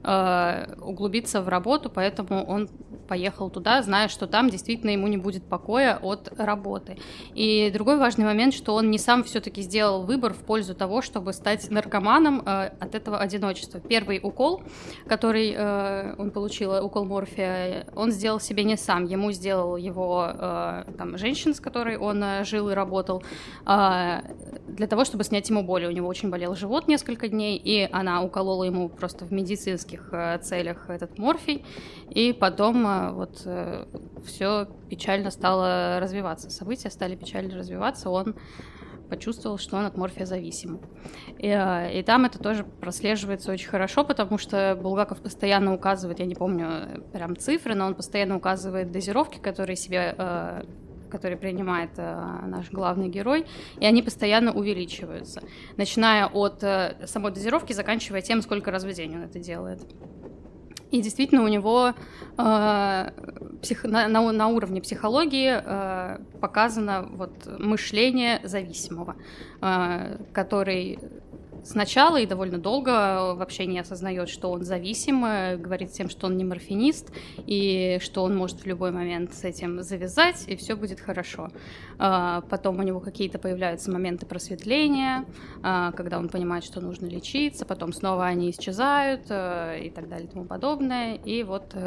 э, углубиться в работу, поэтому он поехал туда, зная, что там действительно ему не будет покоя от работы. И другой важный момент, что он не сам все-таки сделал выбор в пользу того, чтобы стать наркоманом э, от этого одиночества. Первый укол, который э, он получил, укол морфия, он сделал себе не сам, ему сделал его э, там, женщина, с которой он э, жил и работал, э, для того, чтобы снять ему боли. У него очень болел живот несколько дней, и она уколола ему просто в медицинских э, целях этот морфий, и потом э, вот э, все печально стало развиваться, события стали печально развиваться, он почувствовал, что он от морфия зависим. И, и там это тоже прослеживается очень хорошо, потому что Булгаков постоянно указывает, я не помню прям цифры, но он постоянно указывает дозировки, которые себе, э, которые принимает э, наш главный герой, и они постоянно увеличиваются, начиная от э, самой дозировки, заканчивая тем, сколько раз в день он это делает. И действительно у него э, псих, на, на, на уровне психологии э, показано вот мышление зависимого, э, который сначала и довольно долго вообще не осознает, что он зависим, говорит всем, что он не морфинист, и что он может в любой момент с этим завязать, и все будет хорошо. Потом у него какие-то появляются моменты просветления, когда он понимает, что нужно лечиться, потом снова они исчезают, и так далее, и тому подобное. И вот...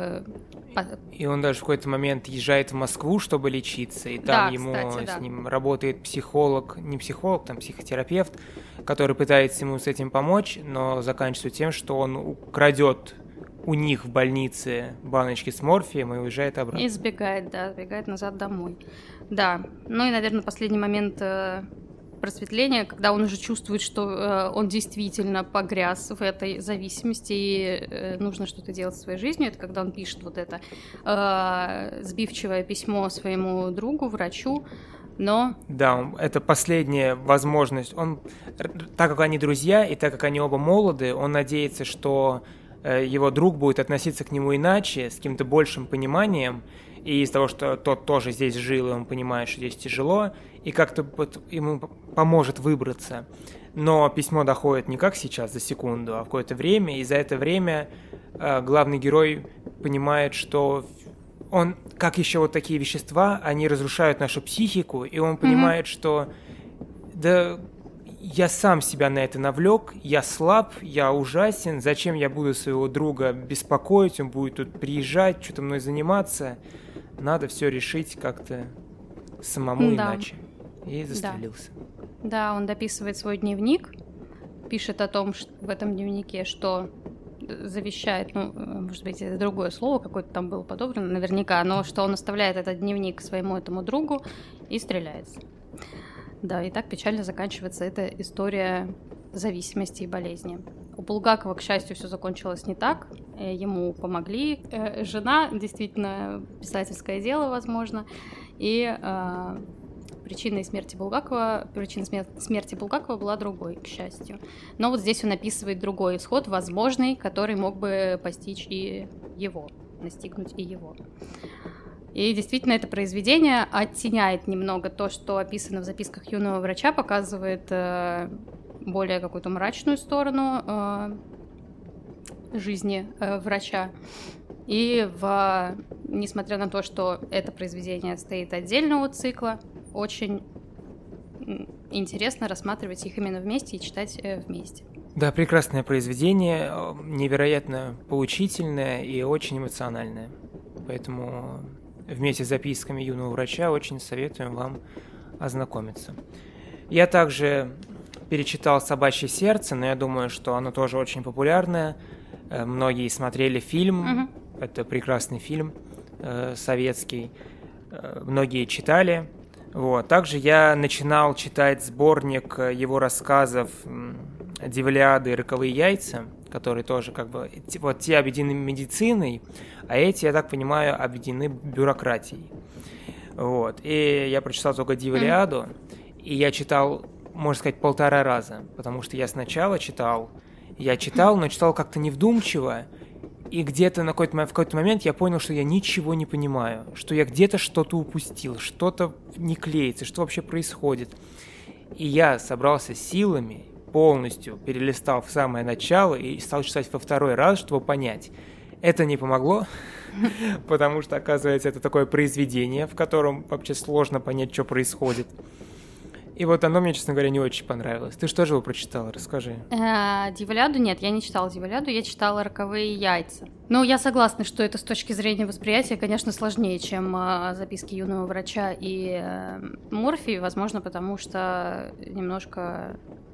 И он даже в какой-то момент езжает в Москву, чтобы лечиться, и там да, ему кстати, с да. ним работает психолог, не психолог, там психотерапевт, который пытается ему с этим помочь, но заканчивается тем, что он крадет у них в больнице баночки с морфием и уезжает обратно. И сбегает, да, сбегает назад домой. Да, ну и, наверное, последний момент э, просветления, когда он уже чувствует, что э, он действительно погряз в этой зависимости и э, нужно что-то делать в своей жизни, это когда он пишет вот это э, сбивчивое письмо своему другу, врачу, но... Да, это последняя возможность. Он, так как они друзья и так как они оба молоды, он надеется, что его друг будет относиться к нему иначе, с каким-то большим пониманием, и из того, что тот тоже здесь жил, и он понимает, что здесь тяжело, и как-то ему поможет выбраться. Но письмо доходит не как сейчас, за секунду, а в какое-то время, и за это время главный герой понимает, что он, как еще вот такие вещества, они разрушают нашу психику, и он понимает, mm-hmm. что да, я сам себя на это навлек, я слаб, я ужасен, зачем я буду своего друга беспокоить, он будет тут приезжать, что-то мной заниматься, надо все решить как-то самому да. иначе. И застрелился. Да. да, он дописывает свой дневник, пишет о том, что в этом дневнике, что завещает, ну, может быть, это другое слово какое-то там было подобрано, наверняка, но что он оставляет этот дневник своему этому другу и стреляется. Да, и так печально заканчивается эта история зависимости и болезни. У Булгакова, к счастью, все закончилось не так, ему помогли. Жена, действительно, писательское дело, возможно, и э, причиной смерти Булгакова, причина смерти Булгакова была другой, к счастью. Но вот здесь он описывает другой исход, возможный, который мог бы постичь и его, настигнуть и его. И действительно, это произведение оттеняет немного то, что описано в записках юного врача, показывает э, более какую-то мрачную сторону э, жизни э, врача. И в, несмотря на то, что это произведение стоит отдельно от цикла, очень интересно рассматривать их именно вместе и читать э, вместе. Да, прекрасное произведение, невероятно поучительное и очень эмоциональное. Поэтому вместе с записками юного врача очень советуем вам ознакомиться. Я также перечитал «Собачье сердце», но я думаю, что оно тоже очень популярное. Многие смотрели фильм, mm-hmm. это прекрасный фильм э, советский, э, многие читали. Вот. Также я начинал читать сборник его рассказов «Дивелиады и роковые яйца», которые тоже как бы, вот те объединены медициной, а эти, я так понимаю, объединены бюрократией. Вот. И я прочитал только «Дивелиаду», mm-hmm. и я читал, можно сказать, полтора раза, потому что я сначала читал, я читал, но читал как-то невдумчиво, и где-то на какой-то, в какой-то момент я понял, что я ничего не понимаю, что я где-то что-то упустил, что-то не клеится, что вообще происходит. И я собрался силами, полностью перелистал в самое начало и стал читать во второй раз, чтобы понять. Это не помогло, потому что, оказывается, это такое произведение, в котором вообще сложно понять, что происходит. И вот оно мне, честно говоря, не очень понравилось. Ты что же его прочитала? Расскажи. Дивелиаду нет, я не читала Дивелиаду, я читала «Роковые яйца». Ну, я согласна, что это с точки зрения восприятия, конечно, сложнее, чем записки юного врача и Морфий, возможно, потому что немножко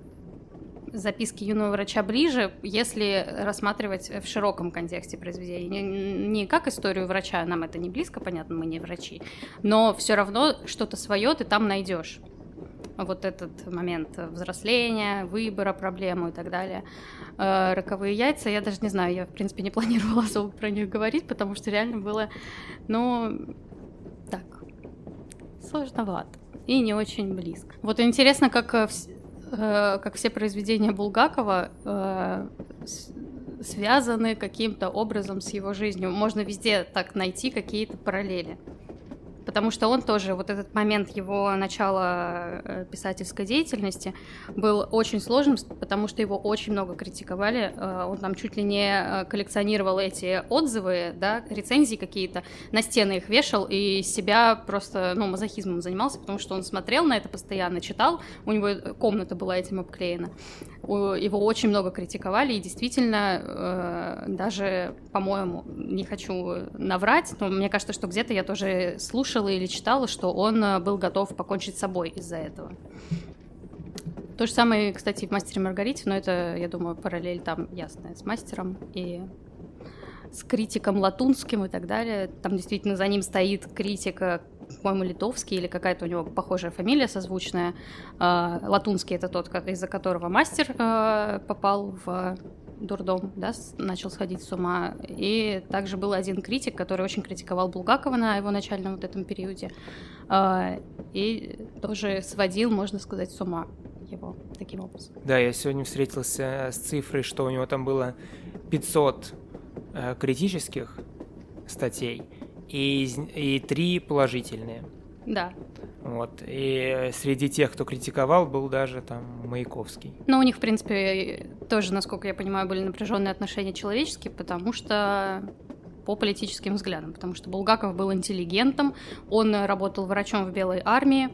записки юного врача ближе, если рассматривать в широком контексте произведения. Не, не как историю врача, нам это не близко, понятно, мы не врачи, но все равно что-то свое ты там найдешь. Вот этот момент взросления, выбора, проблемы и так далее. «Роковые яйца», я даже не знаю, я, в принципе, не планировала особо про них говорить, потому что реально было, ну, так, сложновато и не очень близко. Вот интересно, как, как все произведения Булгакова связаны каким-то образом с его жизнью. Можно везде так найти какие-то параллели. Потому что он тоже, вот этот момент его начала писательской деятельности был очень сложным, потому что его очень много критиковали. Он там чуть ли не коллекционировал эти отзывы, да, рецензии какие-то, на стены их вешал и себя просто, ну, мазохизмом занимался, потому что он смотрел на это постоянно, читал, у него комната была этим обклеена. Его очень много критиковали, и действительно, даже, по-моему, не хочу наврать, но мне кажется, что где-то я тоже слушала или читала, что он был готов покончить с собой из-за этого. То же самое, кстати, в «Мастере и Маргарите», но это, я думаю, параллель там ясная с «Мастером» и с критиком Латунским и так далее. Там действительно за ним стоит критик, по-моему, Литовский или какая-то у него похожая фамилия созвучная. Латунский — это тот, из-за которого «Мастер» попал в дурдом, да, начал сходить с ума. И также был один критик, который очень критиковал Булгакова на его начальном вот этом периоде. И тоже сводил, можно сказать, с ума его таким образом. Да, я сегодня встретился с цифрой, что у него там было пятьсот критических статей и, и три положительные. Да. Вот. И среди тех, кто критиковал, был даже там Маяковский. Но у них, в принципе, тоже, насколько я понимаю, были напряженные отношения человеческие, потому что по политическим взглядам, потому что Булгаков был интеллигентом, он работал врачом в Белой армии,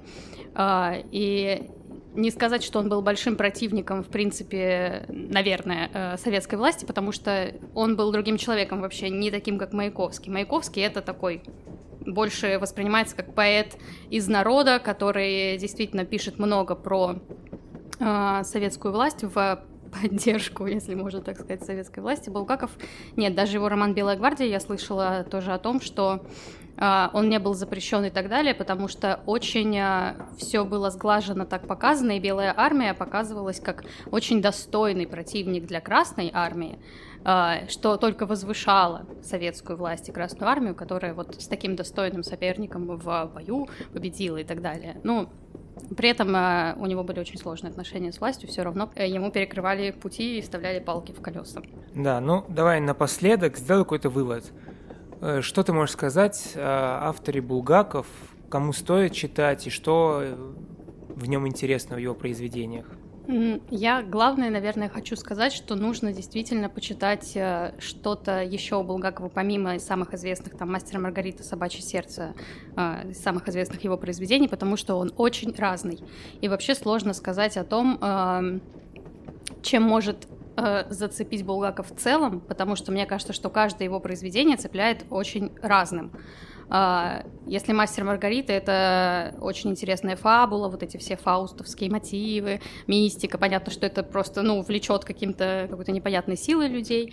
и не сказать, что он был большим противником, в принципе, наверное, советской власти, потому что он был другим человеком вообще, не таким, как Маяковский. Маяковский — это такой... больше воспринимается как поэт из народа, который действительно пишет много про э, советскую власть в поддержку, если можно так сказать, советской власти. Булгаков, нет, даже его роман «Белая гвардия» я слышала тоже о том, что э, он не был запрещен и так далее, потому что очень э, все было сглажено, так показано, и Белая армия показывалась как очень достойный противник для Красной армии, что только возвышало советскую власть и Красную армию, которая вот с таким достойным соперником в бою победила и так далее. Ну, при этом у него были очень сложные отношения с властью, все равно ему перекрывали пути и вставляли палки в колеса. Да, ну давай напоследок сделай какой-то вывод. Что ты можешь сказать о авторе Булгаков, кому стоит читать и что в нем интересно в его произведениях? Я, главное, наверное, хочу сказать, что нужно действительно почитать что-то еще у Булгакова, помимо самых известных, там, «Мастера и Маргариты», «Собачье сердце», самых известных его произведений, потому что он очень разный. И вообще сложно сказать о том, чем может зацепить Булгаков в целом, потому что мне кажется, что каждое его произведение цепляет очень разным. Если «Мастер и Маргарита» — это очень интересная фабула, вот эти все фаустовские мотивы, мистика, понятно, что это просто, ну, влечет каким-то, какой-то непонятной силой людей,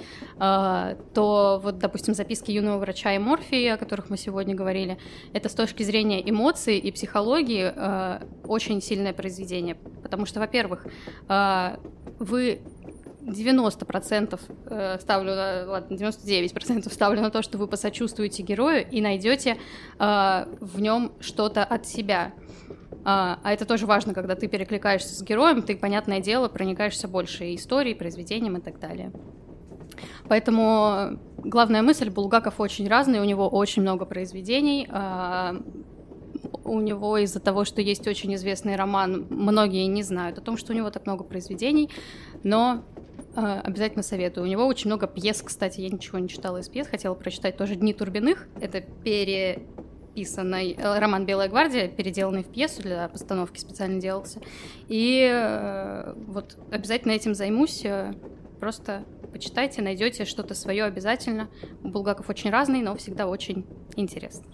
то вот, допустим, «Записки юного врача и Морфия», о которых мы сегодня говорили, это с точки зрения эмоций и психологии очень сильное произведение, потому что, во-первых, вы... девяносто процентов ставлю, ладно, девяносто девять процентов ставлю на то, что вы посочувствуете герою и найдете э, в нем что-то от себя. А, а это тоже важно, когда ты перекликаешься с героем, ты, понятное дело, проникаешься больше и историей, и произведением и так далее. Поэтому главная мысль: Булгаков очень разный, у него очень много произведений. Э, у него из-за того, что есть очень известный роман, многие не знают о том, что у него так много произведений, но обязательно советую. У него очень много пьес, кстати, я ничего не читала из пьес, хотела прочитать тоже «Дни Турбиных». Это переписанный роман «Белая гвардия», переделанный в пьесу, для постановки специально делался. И вот обязательно этим займусь. Просто почитайте, найдете что-то свое обязательно. Булгаков очень разный, но всегда очень интересный.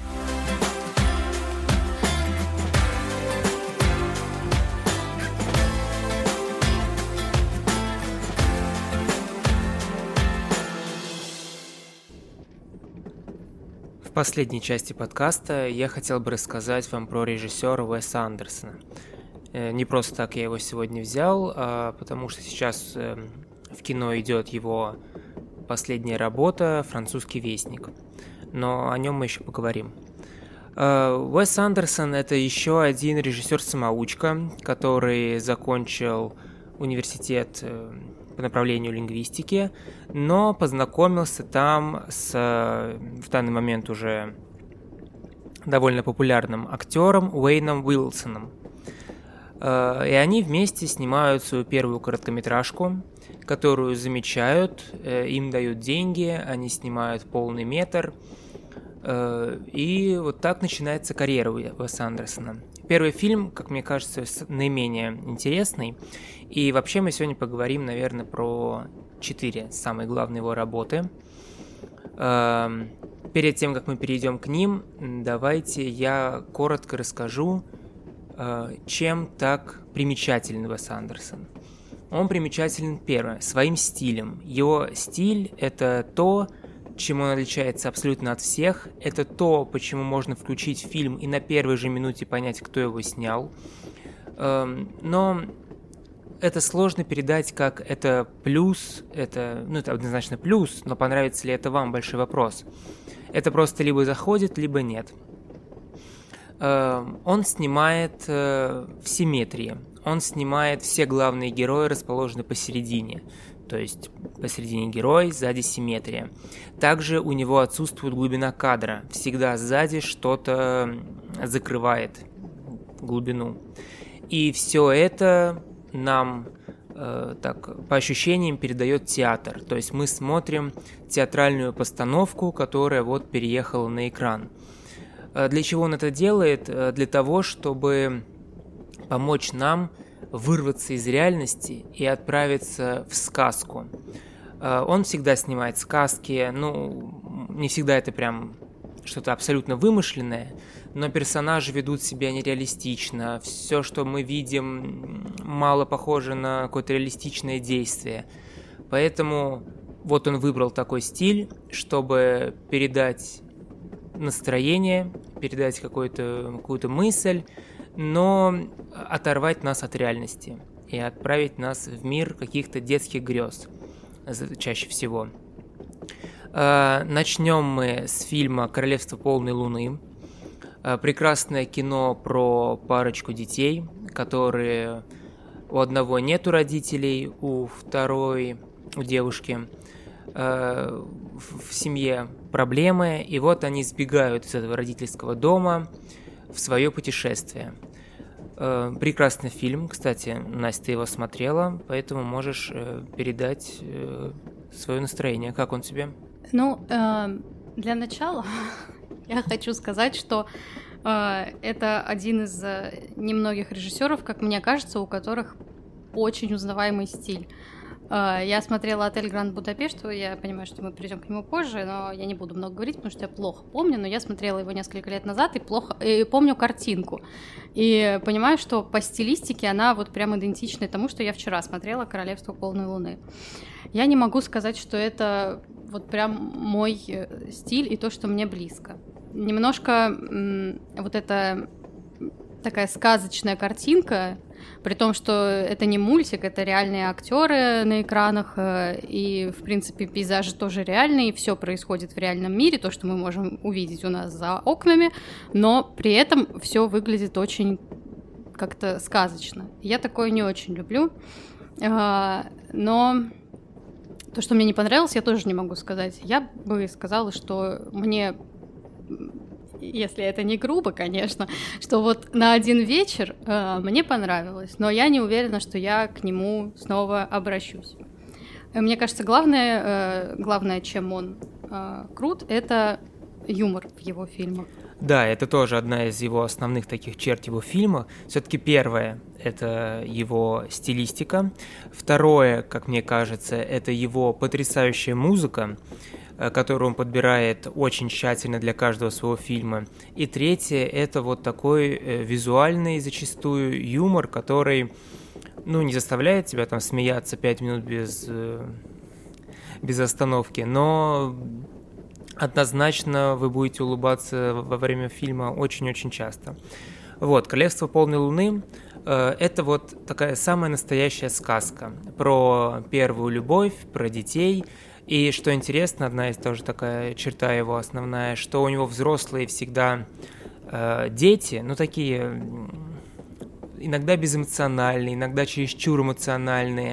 В последней части подкаста я хотел бы рассказать вам про режиссера Уэса Андерсона. Не просто так я его сегодня взял, а потому что сейчас в кино идет его последняя работа «Французский вестник». Но о нем мы еще поговорим. Уэс Андерсон — это еще один режиссер-самоучка, который закончил университет по направлению лингвистики, но познакомился там с в данный момент уже довольно популярным актером Уэйном Уилсоном. И они вместе снимают свою первую короткометражку, которую замечают, им дают деньги, они снимают полный метр. И вот так начинается карьера Уэса Андерсона. Первый фильм, как мне кажется, наименее интересный. И вообще мы сегодня поговорим, наверное, про четыре самые главные его работы. Перед тем, как мы перейдем к ним, давайте я коротко расскажу, чем так примечателен Уэс Андерсон. Он примечателен, первое, своим стилем. Его стиль – это то, чем он отличается абсолютно от всех. Это то, почему можно включить фильм и на первой же минуте понять, кто его снял. Но это сложно передать как это плюс, это, ну, это однозначно плюс, но понравится ли это вам – большой вопрос. Это просто либо заходит, либо нет. Он снимает в симметрии. Он снимает все главные герои, расположены посередине. То есть посередине герой, сзади симметрия. Также у него отсутствует глубина кадра. Всегда сзади что-то закрывает глубину. И все это нам, э, так, по ощущениям, передает театр. То есть мы смотрим театральную постановку, которая вот переехала на экран. Для чего он это делает? Для того, чтобы помочь нам вырваться из реальности и отправиться в сказку. Он всегда снимает сказки, ну, не всегда это прям что-то абсолютно вымышленное, но персонажи ведут себя нереалистично, все, что мы видим, мало похоже на какое-то реалистичное действие. Поэтому вот он выбрал такой стиль, чтобы передать настроение, передать какую-то, какую-то мысль, но оторвать нас от реальности и отправить нас в мир каких-то детских грез, чаще всего. Начнем мы с фильма «Королевство полной луны». Прекрасное кино про парочку детей, которые у одного нету родителей, у второй, у девушки, в семье проблемы, и вот они сбегают из этого родительского дома в свое путешествие. Прекрасный фильм, кстати, Настя, ты его смотрела, поэтому можешь передать свое настроение. Как он тебе? Ну, э, для начала я хочу сказать, что э, это один из немногих режиссеров, как мне кажется, у которых очень узнаваемый стиль. Я смотрела «Отель Гранд Будапешт», я понимаю, что мы перейдем к нему позже, но я не буду много говорить, потому что я плохо помню, но я смотрела его несколько лет назад и плохо и помню картинку. И понимаю, что по стилистике она вот прям идентична тому, что я вчера смотрела «Королевство полной луны». Я не могу сказать, что это вот прям мой стиль и то, что мне близко. Немножко м- вот эта такая сказочная картинка, при том, что это не мультик, это реальные актеры на экранах, и, в принципе, пейзажи тоже реальные, все происходит в реальном мире, то, что мы можем увидеть у нас за окнами, но при этом все выглядит очень как-то сказочно. Я такое не очень люблю, но то, что мне не понравилось, я тоже не могу сказать. Я бы сказала, что мне... если это не грубо, конечно, что вот на один вечер э, мне понравилось, но я не уверена, что я к нему снова обращусь. Мне кажется, главное, э, главное, чем он э, крут, это юмор в его фильмах. Да, это тоже одна из его основных таких черт его фильма. Все-таки первое – это его стилистика. Второе, как мне кажется, это его потрясающая музыка, которую он подбирает очень тщательно для каждого своего фильма. И третье – это вот такой визуальный зачастую юмор, который, ну, не заставляет тебя там смеяться пять минут без, без остановки, но однозначно вы будете улыбаться во время фильма очень-очень часто. Вот, «Королевство полной луны» – это вот такая самая настоящая сказка про первую любовь, про детей. И что интересно, одна из тоже такая черта его основная, что у него взрослые всегда э, дети, ну такие иногда безэмоциональные, иногда чересчур эмоциональные.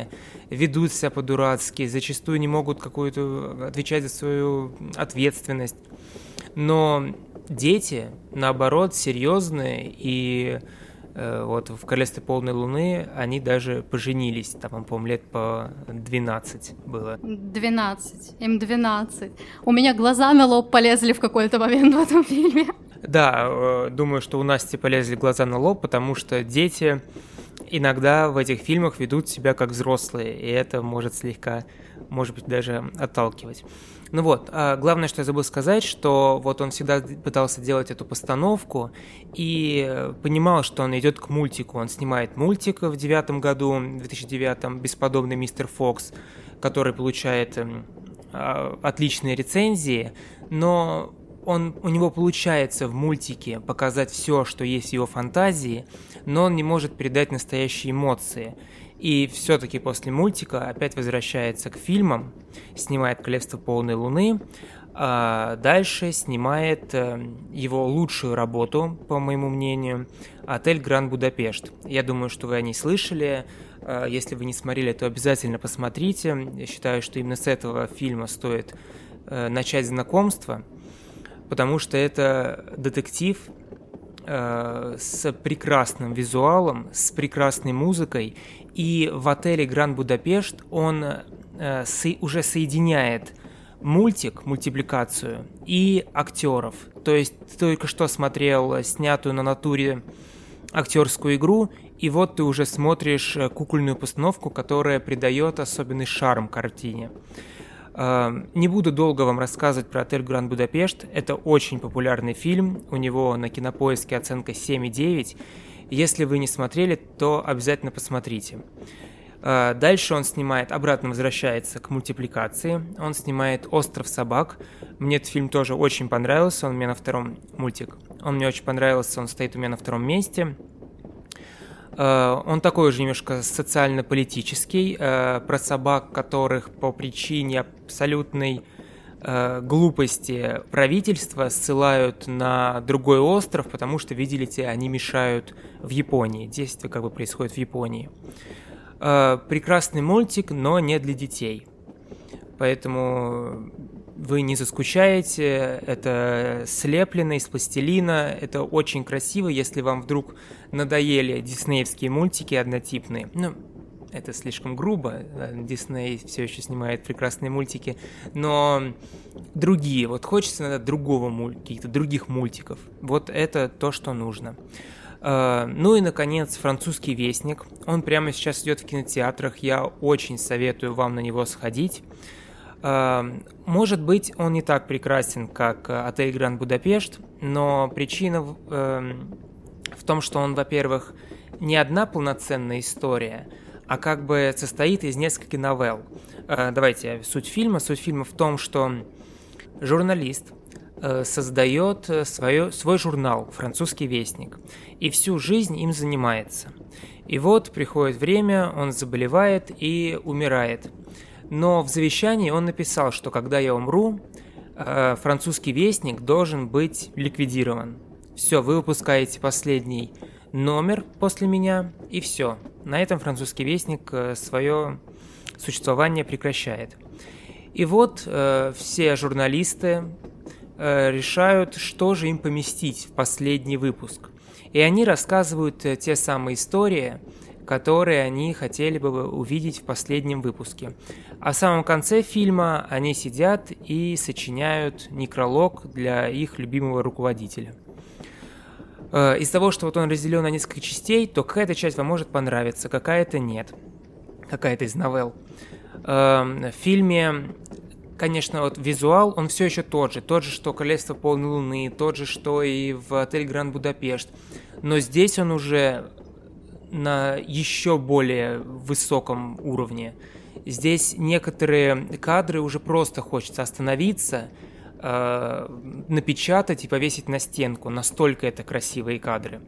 ведут себя по-дурацки, зачастую не могут какую-то отвечать за свою ответственность. Но дети, наоборот, серьезные, и э, вот в «Королевстве полной луны» они даже поженились, там, по-моему, лет по двенадцать было. двенадцать, им двенадцать. У меня глаза на лоб полезли в какой-то момент в этом фильме. Да, э, думаю, что у Насти полезли глаза на лоб, потому что дети иногда в этих фильмах ведут себя как взрослые, и это может слегка, может быть, даже отталкивать. Ну вот, а главное, что я забыл сказать, что вот он всегда пытался делать эту постановку и понимал, что он идет к мультику. Он снимает мультик в девятом году, в две тысячи девятом, «Бесподобный мистер Фокс», который получает а, отличные рецензии, но он, у него получается в мультике показать все, что есть в его фантазии, но он не может передать настоящие эмоции. И все-таки после мультика опять возвращается к фильмам, снимает «Королевство полной луны», а дальше снимает его лучшую работу, по моему мнению, «Отель Гранд Будапешт». Я думаю, что вы о ней слышали. Если вы не смотрели, то обязательно посмотрите. Я считаю, что именно с этого фильма стоит начать знакомство, потому что это детектив с прекрасным визуалом, с прекрасной музыкой, и в «Отеле Гранд Будапешт» он э, со- уже соединяет мультик, мультипликацию и актеров. То есть ты только что смотрел снятую на натуре актерскую игру, и вот ты уже смотришь кукольную постановку, которая придает особенный шарм картине. Э, не буду долго вам рассказывать про «Отель Гранд Будапешт». Это очень популярный фильм, у него на Кинопоиске оценка семь и девять. Если вы не смотрели, то обязательно посмотрите. Дальше он снимает, обратно возвращается к мультипликации. Он снимает «Остров собак». Мне этот фильм тоже очень понравился, он мне на втором мультик. Он мне очень понравился, он стоит у меня на втором месте. Он такой уже немножко социально-политический, про собак, которых по причине абсолютной глупости правительства ссылают на другой остров, потому что, видите, они мешают в Японии. Действие как бы происходит в Японии. Прекрасный мультик, но не для детей. Поэтому вы не заскучаете. Это слеплено из пластилина. Это очень красиво, если вам вдруг надоели диснеевские мультики однотипные. Ну, это слишком грубо, Дисней все еще снимает прекрасные мультики, но другие, вот хочется иногда другого мульт, каких-то других мультиков, вот это то, что нужно. Ну и, наконец, «Французский вестник», он прямо сейчас идет в кинотеатрах, я очень советую вам на него сходить. Может быть, он не так прекрасен, как «Отель Гранд Будапешт», но причина в, в том, что он, во-первых, не одна полноценная история, а как бы состоит из нескольких новелл. Давайте, суть фильма. Суть фильма в том, что журналист создает свое, свой журнал «Французский вестник» и всю жизнь им занимается. И вот приходит время, он заболевает и умирает. Но в завещании он написал, что когда я умру, «Французский вестник» должен быть ликвидирован. Все, вы выпускаете последний номер после меня, и все. На этом «Французский вестник» свое существование прекращает. И вот э, все журналисты э, решают, что же им поместить в последний выпуск. И они рассказывают э, те самые истории, которые они хотели бы увидеть в последнем выпуске. А в самом конце фильма они сидят и сочиняют некролог для их любимого руководителя. Из того, что вот он разделен на несколько частей, то какая-то часть вам может понравиться, какая-то нет. Какая-то из новелл. В фильме, конечно, вот визуал, он все еще тот же. Тот же, что «Королевство полной луны», тот же, что и в «Отель Гранд Будапешт». Но здесь он уже на еще более высоком уровне. Здесь некоторые кадры уже просто хочется остановиться, напечатать и повесить на стенку. Настолько это красивые кадры.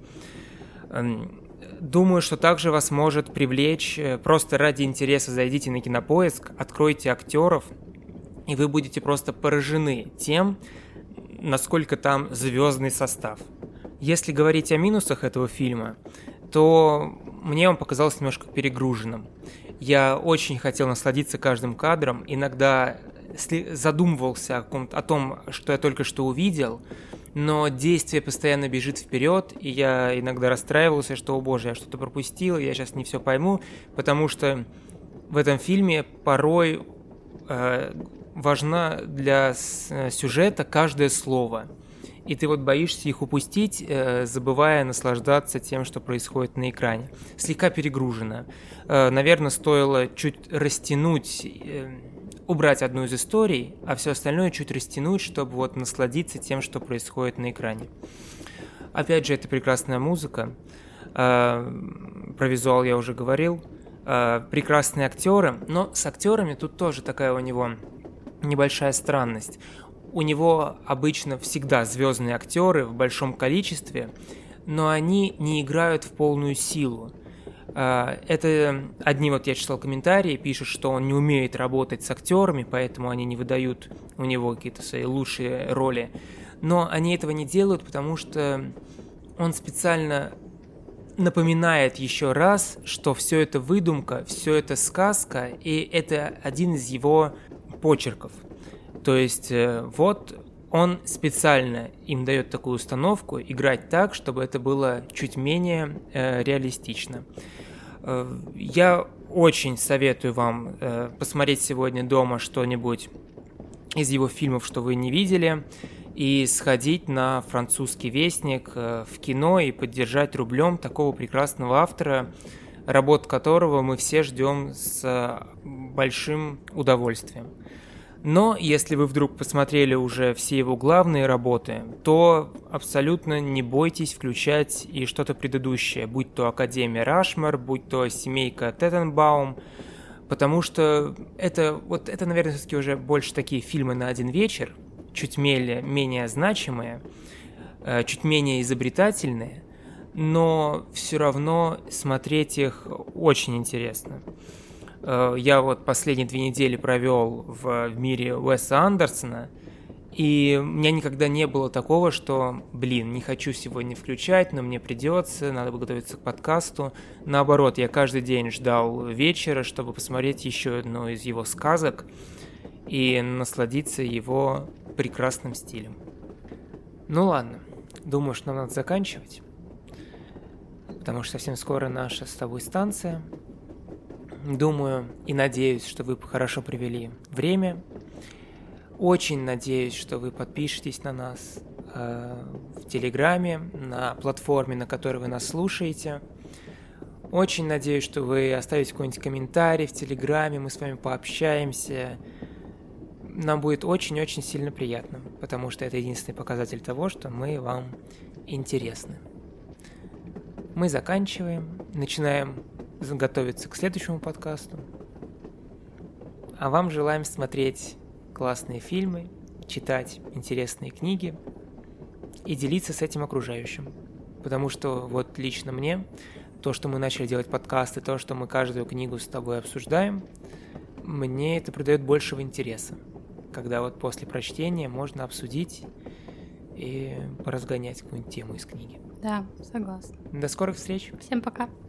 Думаю, что также вас может привлечь, просто ради интереса зайдите на Кинопоиск, откройте актеров, и вы будете просто поражены тем, насколько там звездный состав. Если говорить о минусах этого фильма, то мне он показался немножко перегруженным. Я очень хотел насладиться каждым кадром, иногда задумывался о, ком- о том, что я только что увидел, но действие постоянно бежит вперед, и я иногда расстраивался, что, о боже, я что-то пропустил, я сейчас не все пойму, потому что в этом фильме порой э, важна для с- сюжета каждое слово. И ты вот боишься их упустить, э, забывая наслаждаться тем, что происходит на экране. Слегка перегружено. Э, наверное, стоило чуть растянуть, э, убрать одну из историй, а все остальное чуть растянуть, чтобы вот насладиться тем, что происходит на экране. Опять же, это прекрасная музыка. Э, про визуал я уже говорил. Э, прекрасные актеры, но с актерами тут тоже такая у него небольшая странность. У него обычно всегда звездные актеры в большом количестве, но они не играют в полную силу. Это одни, вот я читал комментарии, пишут, что он не умеет работать с актерами, поэтому они не выдают у него какие-то свои лучшие роли. Но они этого не делают, потому что он специально напоминает еще раз, что все это выдумка, все это сказка, и это один из его почерков. То есть вот он специально им дает такую установку играть так, чтобы это было чуть менее э, реалистично. Э, я очень советую вам э, посмотреть сегодня дома что-нибудь из его фильмов, что вы не видели, и сходить на «Французский вестник» э, в кино и поддержать рублем такого прекрасного автора, работ которого мы все ждем с э, большим удовольствием. Но если вы вдруг посмотрели уже все его главные работы, то абсолютно не бойтесь включать и что-то предыдущее, будь то «Академия Рашмор», будь то «Семейка Теттенбаум», потому что это, вот это, наверное, все-таки уже больше такие фильмы на один вечер, чуть менее, менее значимые, чуть менее изобретательные, но все равно смотреть их очень интересно. Я вот последние две недели провел в мире Уэса Андерсона, и у меня никогда не было такого, что, блин, не хочу сегодня включать, но мне придется, надо готовиться к подкасту. Наоборот, я каждый день ждал вечера, чтобы посмотреть еще одну из его сказок и насладиться его прекрасным стилем. Ну ладно, думаю, что нам надо заканчивать, потому что совсем скоро наша с тобой станция. Думаю и надеюсь, что вы хорошо провели время. Очень надеюсь, что вы подпишетесь на нас э, в Телеграме, на платформе, на которой вы нас слушаете. Очень надеюсь, что вы оставите какой-нибудь комментарий в Телеграме, мы с вами пообщаемся. Нам будет очень-очень сильно приятно, потому что это единственный показатель того, что мы вам интересны. Мы заканчиваем, начинаем готовиться к следующему подкасту. А вам желаем смотреть классные фильмы, читать интересные книги и делиться с этим окружающим. Потому что вот лично мне, то, что мы начали делать подкасты, то, что мы каждую книгу с тобой обсуждаем, мне это придает большего интереса. Когда вот после прочтения можно обсудить и поразгонять какую-нибудь тему из книги. Да, согласна. До скорых встреч. Всем пока.